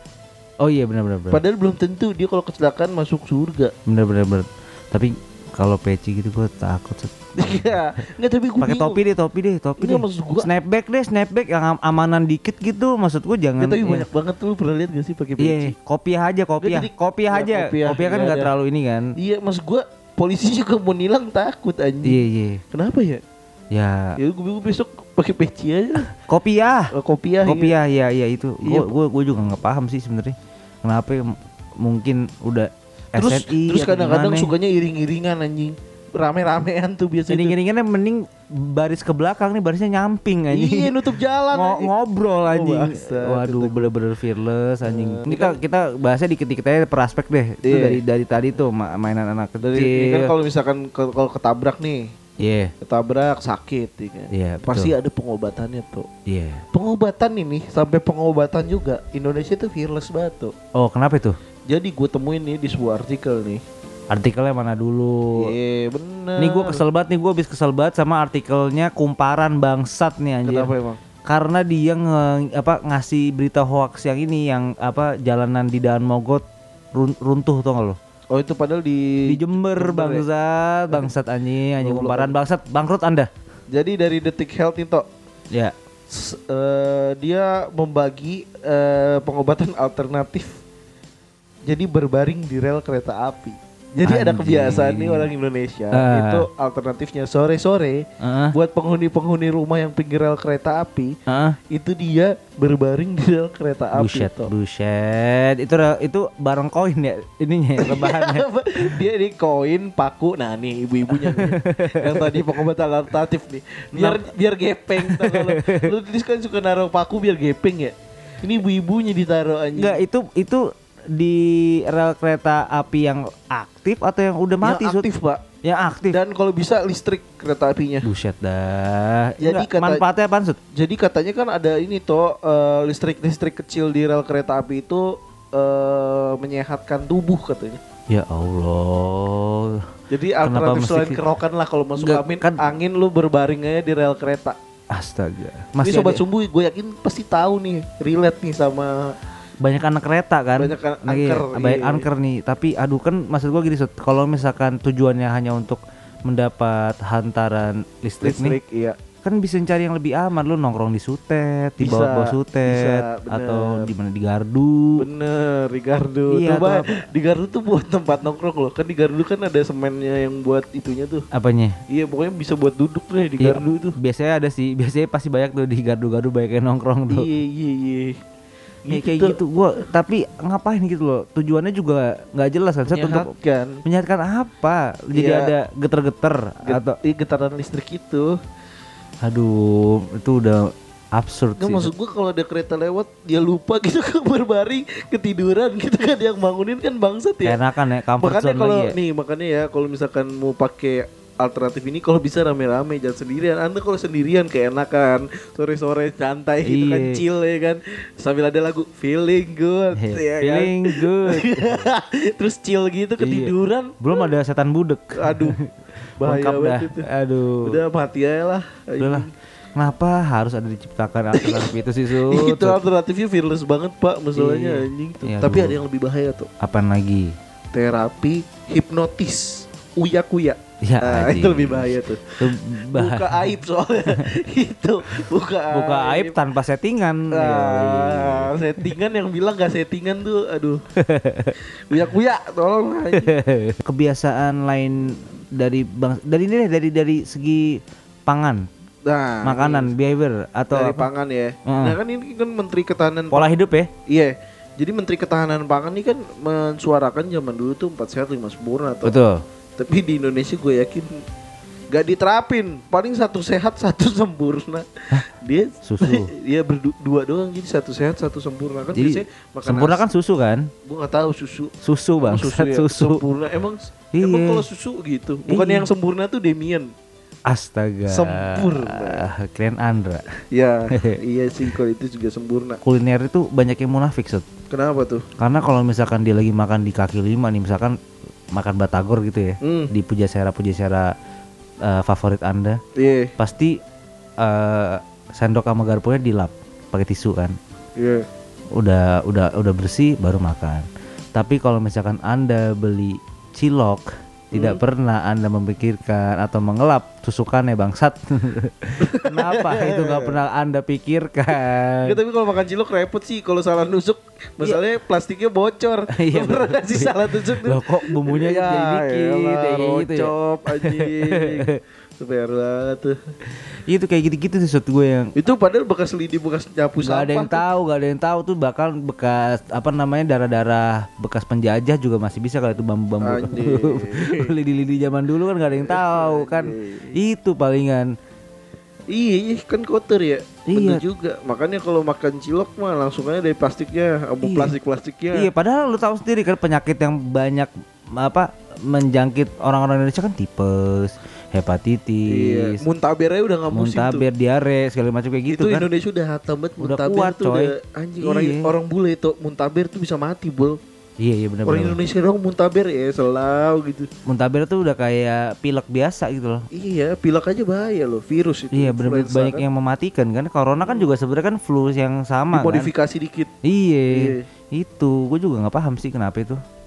Oh iya benar benar benar. Padahal belum tentu dia kalau kecelakaan masuk surga. Benar benar benar. Tapi kalau peci gitu gue takut. Sud. Iya, enggak tapi gue Pakai topi deh, topi deh, topi Enggak, deh. maksud gua- Snapback deh, snapback yang am- amanan dikit gitu. Maksud gue jangan. tapi iya. banyak banget tuh, pernah lihat gak sih pakai peci? Iya, kopiah aja, kopiah. Nggak, jadi- Kopiah ya, aja. kopiah, Kopiah kan nggak nggak ada. terlalu ini kan. Iya, maksud gua polisi juga mau nilang takut anjing. Iya, iya. Kenapa ya? Ya, Ya gue besok pakai peci aja. kopiah. Oh, kopiah. iya. Kopiah, ya, ya itu. Gue Iya. gue gue juga nggak paham sih sebenarnya. Kenapa ya, m- mungkin udah Terus S N I terus atau kadang-kadang gimana. sukanya iring-iringan anjing. Rame-ramean tuh biasanya. tuh. Iring-iringannya mending baris ke belakang nih, barisnya nyamping anjing. Iya, nutup jalan. Ngo- anjing. ngobrol anjing. bangsat, Waduh, itu. bener-bener fearless anjing. Eh, Ini ini kita kita bahasnya dikit-dikit aja per aspek deh. Itu Iya. dari dari tadi tuh ma- mainan anak Dari ini kan kecil. kalau misalkan ke- kalau ketabrak nih, Iya, ketabrak sakit ya kan. Iya, Pasti betul. ada pengobatannya tuh. iya. Pengobatan ini sampai pengobatan juga Indonesia tuh fearless banget tuh. Oh, kenapa itu? Jadi gue temuin nih di sebuah artikel nih. Artikelnya mana dulu? Iya bener. Nih gue kesel banget nih, gue habis kesel banget sama artikelnya kumparan bangsat nih anjir. Kenapa emang? Karena dia nge, apa ngasih berita hoax yang ini yang apa jalanan di Daan Mogot run- runtuh tuh nggak lo? Oh itu padahal di Di Jember Jember ya? bangsat, bangsat anjing, anjing Goblok. kumparan bangsat, bangkrut Anda. Jadi dari Detik Health itu Ya. s- eh, dia membagi eh, pengobatan alternatif. Jadi berbaring di rel kereta api. Jadi ada Anjing. kebiasaan nih orang Indonesia Ah. itu alternatifnya sore-sore Heeh. buat penghuni-penghuni rumah yang pinggir rel kereta api Heeh. itu dia berbaring di rel kereta api. Buset, Tok. buset. Itu ra- itu barang koin ya ininya ya, rebahannya. Dia di koin paku. Nah nih ibu-ibunya nih, yang tadi pengobatan alternatif nih. Biar biar gepeng. Tau kalau lu tulis kan suka naruh paku biar gepeng ya. Ini ibu-ibunya ditaruh anjing. Enggak, itu itu di rel kereta api yang aktif atau yang udah mati, yang Sud? aktif pak. Yang aktif. Dan kalau bisa listrik kereta apinya. Buset dah. Jadi Enggak, kata- manfaatnya apaan, Sud? Jadi katanya kan ada ini toh eh, listrik-listrik kecil di rel kereta api itu eh, menyehatkan tubuh katanya. Ya Allah. Jadi Kenapa alternatif mesti selain ki- kerokan lah kalau masuk Nggak, angin, kan- angin lu berbaring aja di rel kereta. Astaga. Ini sobat ada- sumbu gue yakin pasti tahu nih, relate nih sama banyak anak kereta kan, Banyak an- Lagi, angker, banyak iya. angker nih. Tapi aduh kan maksud gua gini, Sud, kalau misalkan tujuannya hanya untuk mendapat hantaran listrik, listrik, nih, iya. kan bisa cari yang lebih aman. Lu nongkrong di sutet, di Bisa, bawah-bawah sutet, bisa, bener. atau di mana di gardu. Bener, di gardu. Iya, Coba tuh di gardu tuh buat tempat nongkrong loh. Kan di gardu kan ada semennya yang buat itunya tuh. Apanya? Iya, pokoknya bisa buat duduk deh di Iya, gardu tuh. biasanya ada sih, biasanya pasti banyak tuh di gardu-gardu banyak yang nongkrong tuh. Iya, iya, iya. Ya, kayak gitu. Gua tapi ngapain gitu loh? Tujuannya juga nggak jelas kan, Sud, untuk Menyehatkan. menyehatkan apa? Jadi Iya. ada geter-geter Get- atau iya, getaran listrik itu. aduh, itu udah absurd Nggak, sih. maksud gue kalau ada kereta lewat dia lupa gitu kan berbaring ketiduran gitu kan, yang bangunin kan bangsat ya. Enakan ya, comfort Makanya zone kalau lagi ya. nih makanya ya kalau misalkan mau pakai alternatif ini kalau bisa rame-rame jangan sendirian. Anda kalau sendirian keenakan sore-sore santai gitu kan, Iya. chill ya kan, sambil ada lagu feeling good Hey, ya kan? feeling good. Terus chill gitu ketiduran. Belum ada setan budek. Aduh bahaya Lengkap dah. banget itu. Aduh. Udah mati aja lah. Udahlah. Kenapa harus ada diciptakan alternatif itu sih, Sud? Itu alternatifnya fearless banget pak masalahnya Iya. anjing tuh. Iya, Tapi aduh. ada yang lebih bahaya tuh. Apaan lagi? Terapi hipnotis uya-kuya. Ya, Nah, anjing. itu lebih bahaya tuh. Itu bah- Buka aib soalnya. Itu buka aib. buka aib tanpa settingan. Ah, settingan yang bilang gak settingan tuh, aduh. Uya-kuya, tolong. anjing. Kebiasaan lain dari bang dari ini deh, dari dari segi pangan, Nah, makanan, behavior atau dari apa? pangan ya. Heeh. Nah kan ini kan Menteri Ketahanan Pola hidup ya? Iya. Jadi Menteri Ketahanan Pangan ini kan mensuarakan zaman dulu tuh empat sehat lima sempurna tuh. Betul. Tapi di Indonesia gue yakin gak diterapin. Paling satu sehat satu sempurna. Dia Susu. Dia berdua doang, jadi satu sehat satu sempurna kan. Jadi biasanya makan sempurna nasi. kan susu kan? Gue nggak tahu susu. Susu bang, Susu, susu. ya? susu. Sempurna. Emang Iya. emang kalau susu gitu. Bukan Iya. yang sempurna tuh Demian. Astaga. Sempurna. Keren Andra. Ya, iya sih kalau itu juga sempurna. Kuliner itu banyak yang munafik, Sud. Kenapa tuh? Karena kalau misalkan dia lagi makan di kaki lima nih, misalkan makan batagor gitu ya, Hmm. di pujasera pujasera eh, favorit Anda, Iya, pasti eh, sendok sama garpunya dilap pakai tisu kan. iya. Udah udah udah bersih baru makan. Tapi kalau misalkan Anda beli cilok, tidak pernah Anda memikirkan atau mengelap tusukannya bangsat. Kenapa itu nggak pernah Anda pikirkan? Enggak, tapi kalau makan cilok repot sih kalau salah nusuk. Masalahnya plastiknya bocor. Iya, Lu pernah nggak sih salah tusuk tuh? Loh, kok bumbunya Ya, jadi dikit, elah, kayak gitu ya? rocop anjing. Super banget tuh. Itu kayak gitu-gitu sih Sud, gue yang Itu padahal bekas lidi, bekas nyapu gak sampah. ada yang tuh. tahu, gak ada yang tahu tuh bakal bekas apa namanya darah-darah bekas penjajah juga masih bisa kalau itu bambu-bambu. Anjing. Lidi-lidi zaman dulu kan gak ada yang tahu kan. Itu palingan. Iya, iya, kan kotor ya. Iya. Bener juga. Makanya kalau makan cilok mah langsung aja dari plastiknya, abu Iya. plastik-plastiknya. Iya, padahal lu tahu sendiri kan penyakit yang banyak apa menjangkit orang-orang Indonesia kan tipes, Iya. hepatitis, Muntabernya udah nggak musim tuh. muntaber, diare, segala macam kayak gitu Itu kan. Indonesia udah hatam banget. Udah Muntaber kuat, tuh coy. udah anjing. Orang Iya. orang bule tuh muntaber tuh bisa mati, Bol. Iya, iya benar Orang benar. Indonesia dong muntaber ya selalu gitu. Muntaber tuh udah kayak pilek biasa gitu loh. Iya, pilek aja bahaya loh, virus itu. Iya benar-benar influenza banyak kan. yang mematikan kan. Corona kan juga sebenarnya kan flu yang sama kan. Dimodifikasi dikit. Iya. Iya. Itu gue juga nggak paham sih kenapa itu.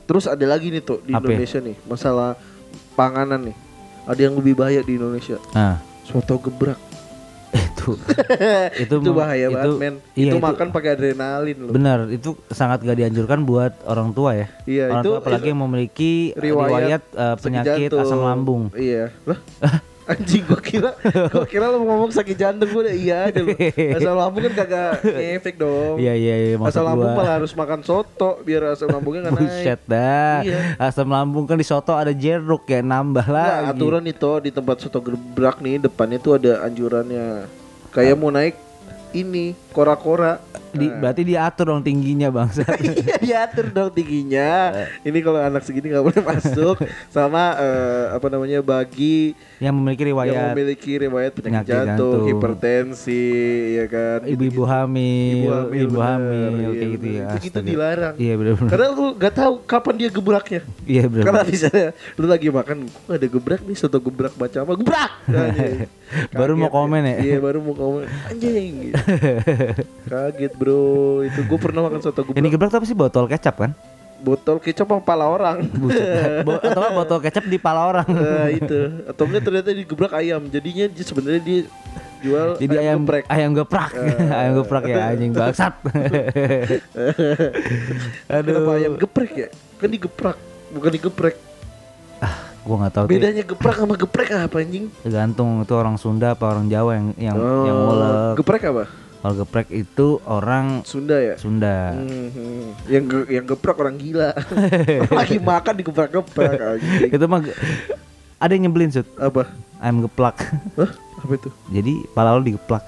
Terus ada lagi nih tuh di Apa ya? Indonesia nih masalah panganan nih. Ada yang lebih bahaya di Indonesia. Nah, Soto gebrak. itu itu Itu mem- bahaya itu- banget men. iya, itu itu- makan pakai adrenalin loh. Benar, itu sangat gak dianjurkan buat orang tua ya. Iya, orang itu- tua apalagi itu yang memiliki riwayat riwayat, eh, sakit penyakit jantung. asam lambung. Iya. Lah. Anjing gua kira gua kira lu mau ngomong sakit jantung gua udah iya aja lu. Asam lambung kan kagak ngefek dong. Iya iya iya maksud Asam lambung gua. malah harus makan soto biar asam lambungnya enggak naik. Buset dah. Iya. Asam lambung kan di soto ada jeruk ya, nambah Nah, lagi. aturan itu di tempat soto gebrak nih depannya tuh ada anjurannya. Kayak mau naik ini kora-kora. Di, berarti diatur dong tingginya bangsa. Iya diatur dong tingginya. Ini kalau anak segini nggak boleh masuk sama eh, apa namanya bagi yang memiliki yang riwayat memiliki riwayat penyakit Penyakit jantung, jantung. hipertensi, ya kan. ibu-ibu hamil, Ibu hamil, ibu bener. hamil Iya, kayak gitu bener. ya. Itu- itu Astaga. dilarang. Iya benar-benar. Karena lu nggak tahu kapan dia gebraknya. Iya benar. Karena misalnya lu lagi makan, kok ada gebrak nih soto gebrak macam apa? Gebrak. Anjing. Baru mau Kaget komen ya? Iya baru mau komen. Anjing. Gitu. Kaget bro. Itu gue pernah makan soto gebrak. Ini gebrak tapi sih botol kecap kan? Botol kecap apa pala orang? Buset. Bo- atau nggak botol kecap di pala orang. Nah, itu. Atau enggak ternyata digebrak ayam. Jadinya dia sebenarnya dia jual Jadi ayam geprek. ayam geprak. ayam geprak ya anjing bangsat. Kenapa ayam geprek ya? Kan digeprak, bukan digeprek. Gua nggak tahu tuh. Bedanya geprak sama geprek apa anjing? Tergantung itu orang Sunda apa orang Jawa yang yang yang Oh, ngulek. geprek apa? Kalau geprek itu orang Sunda ya? Sunda. Hmm, yang ge- yang geprek orang gila. Lagi makan digeprak-geprak anjing. Itu mah ge- ada yang nyebelin Sud. Apa? Ayam geplak. Hah? Apa itu? Jadi pala lu digeplak.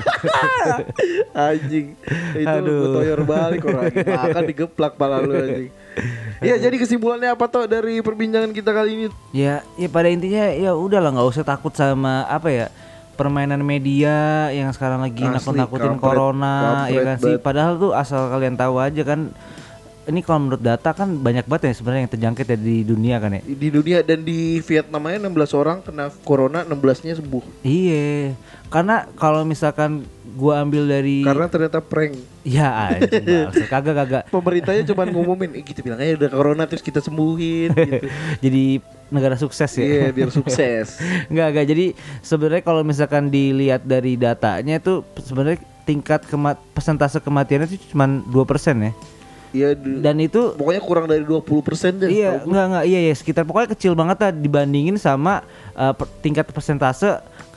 Anjing. Itu Aduh. gue toyor balik orang lagi makan digeplak pala lu anjing. Iya, jadi kesimpulannya apa toh dari perbincangan kita kali ini? Ya, ya pada intinya ya udahlah nggak usah takut sama apa ya permainan media yang sekarang lagi Asli, nakut-nakutin kampret, corona ya kampret kan sih. banget. Padahal tuh asal kalian tahu aja kan ini kalau menurut data kan banyak banget ya sebenarnya yang terjangkit ya di dunia kan ya. Di dunia dan di Vietnam aja enam belas orang kena corona, enam belasnya sembuh. Iya, karena kalau misalkan gua ambil dari Karena ternyata prank. ya anjing bangsa, kagak kagak. Pemerintahnya cuma ngumumin, eh, kita bilang aja udah corona terus kita sembuhin gitu. Jadi negara sukses ya. Iya, biar sukses. Enggak enggak. Jadi sebenarnya kalau misalkan dilihat dari datanya itu sebenarnya tingkat kema- persentase kematiannya itu cuma dua persen ya. Iya, du- Dan itu pokoknya kurang dari dua puluh persen deh. iya tau gua. enggak enggak iya ya sekitar pokoknya kecil banget lah dibandingin sama uh, per- tingkat persentase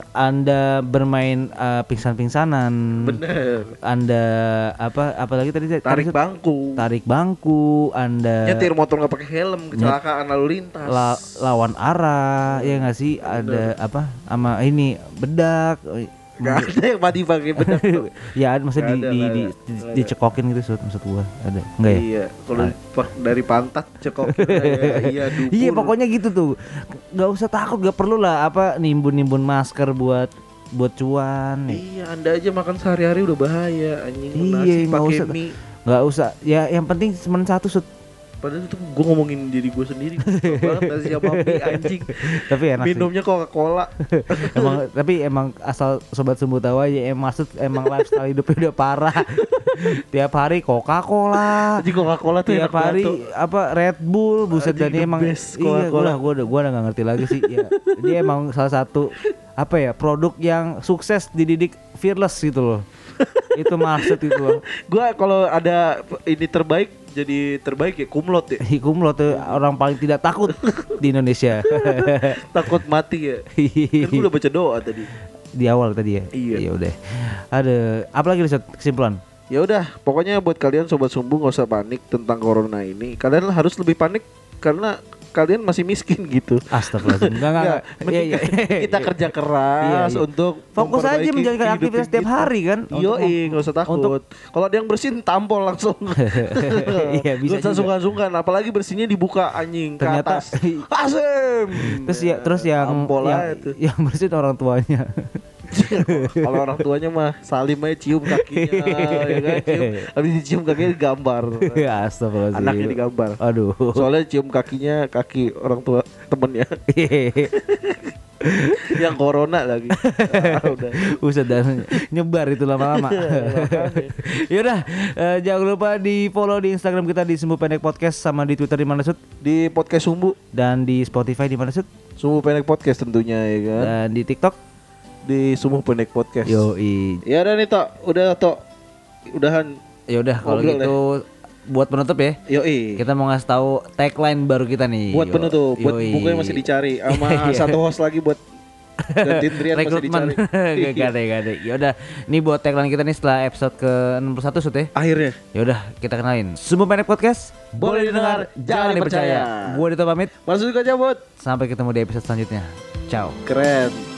Anda bermain uh, pingsan-pingsanan. Bener. Anda apa apalagi tadi tadi Tarik Sud? bangku. tarik bangku, Anda Nyetir motor nggak pakai helm, kecelakaan lalu lintas. la- lawan arah, ya nggak sih? Ada apa? Sama ini bedak. Gak ada yang mati pakai bedak tuh. Ya, ada masa Nggak di, ada, di, nggak di, ada, di- nggak ada. dicekokin gitu Sud, maksud gua. Ada. Enggak ya? Iya, kalau pak- dari pantat cekok ya, iya dubur. Iya, pokoknya gitu tuh. Nggak usah takut, nggak perlu lah apa nimbun-nimbun masker buat buat cuan. Ya. Iya, Anda aja makan sehari-hari udah bahaya anjing. Iya, Nasi nggak pakai usah. mie. Nggak usah. Ya, yang penting cuma satu Sud. Padahal itu gue ngomongin diri gue sendiri. Gua suka banget nasi sama mie anjing. Tapi enak sih. Minumnya Coca-Cola. emang tapi emang asal sobat sumbu tahu aja em maksud emang lifestyle hidupnya udah parah. Tiap hari Coca-Cola. Anjing Coca-Cola tuh Tiap enak banget hari tuh. apa Red Bull buset Anjing, dan the emang best iya Coca-Cola. gua udah gua udah gua udah nggak ngerti lagi sih ya. Dia emang salah satu apa ya produk yang sukses dididik fearless gitu loh. Itu maksud itu loh. Gue kalau ada ini terbaik jadi terbaik ya kumlot ya. Kumlot tuh orang paling tidak takut di Indonesia. Takut mati ya. Kan gue udah baca doa tadi. Di awal tadi ya. Iya. Ya udah. Ada apa lagi Ustaz, kesimpulan? Ya udah, pokoknya buat kalian sobat sumbu nggak usah panik tentang corona ini. Kalian harus lebih panik karena kalian masih miskin gitu. Astagfirullahaladzim. Enggak enggak. Nggak, enggak. mending Iya, iya. kita kerja keras Iya, iya. untuk Fokus aja memperbaiki menjalankan kehidupan aktivitas setiap kita. hari kan. Yo, Untuk mem- nggak usah takut. untuk- Kalau ada yang bersihin tampol langsung. Iya, bisa Nggak usah juga. sungkan-sungkan, apalagi bersihnya dibuka anjing ke Ternyata- atas. Asem. Terus ya terus yang Tampol yang, aja tuh. yang bersihin orang tuanya. Kalau orang tuanya mah salim aja cium kakinya, ya kan? Cium, habis dicium kakinya digambar. Astagfirullahaladzim. Anaknya digambar. Aduh. Soalnya cium kakinya kaki orang tua temennya. Yang corona lagi. Ah, udah. Usah dan nyebar itu lama-lama. Yaudah, eh, jangan lupa di follow di Instagram kita di Sumbu Pendek Podcast, sama di Twitter di mana Sud, Di podcast Sumbu, dan di Spotify di mana Sud, Sumbu Pendek Podcast tentunya ya kan. dan di TikTok. Di Sumbu Pendek Podcast. Yoi. Ya udah nih Tok, udah Tok. Udahan. Ya udah kalau Ngobrol gitu buat penutup ya. Yoi. Kita mau ngasih tahu tagline baru kita nih. Buat Yo- penutup, buat yoi. bukunya masih dicari sama Iya. satu host lagi buat gantiin Drian masih Rekrutmen. dicari. Gak ada, gak ada. Ya udah, ini buat tagline kita nih setelah episode ke enam puluh satu Sud ya. Akhirnya. Ya udah, kita kenalin. Sumbu Pendek Podcast. Boleh didengar, jangan dipercaya. Gue Dito pamit. Masuk juga cabut. Sampai ketemu di episode selanjutnya. Ciao. Keren.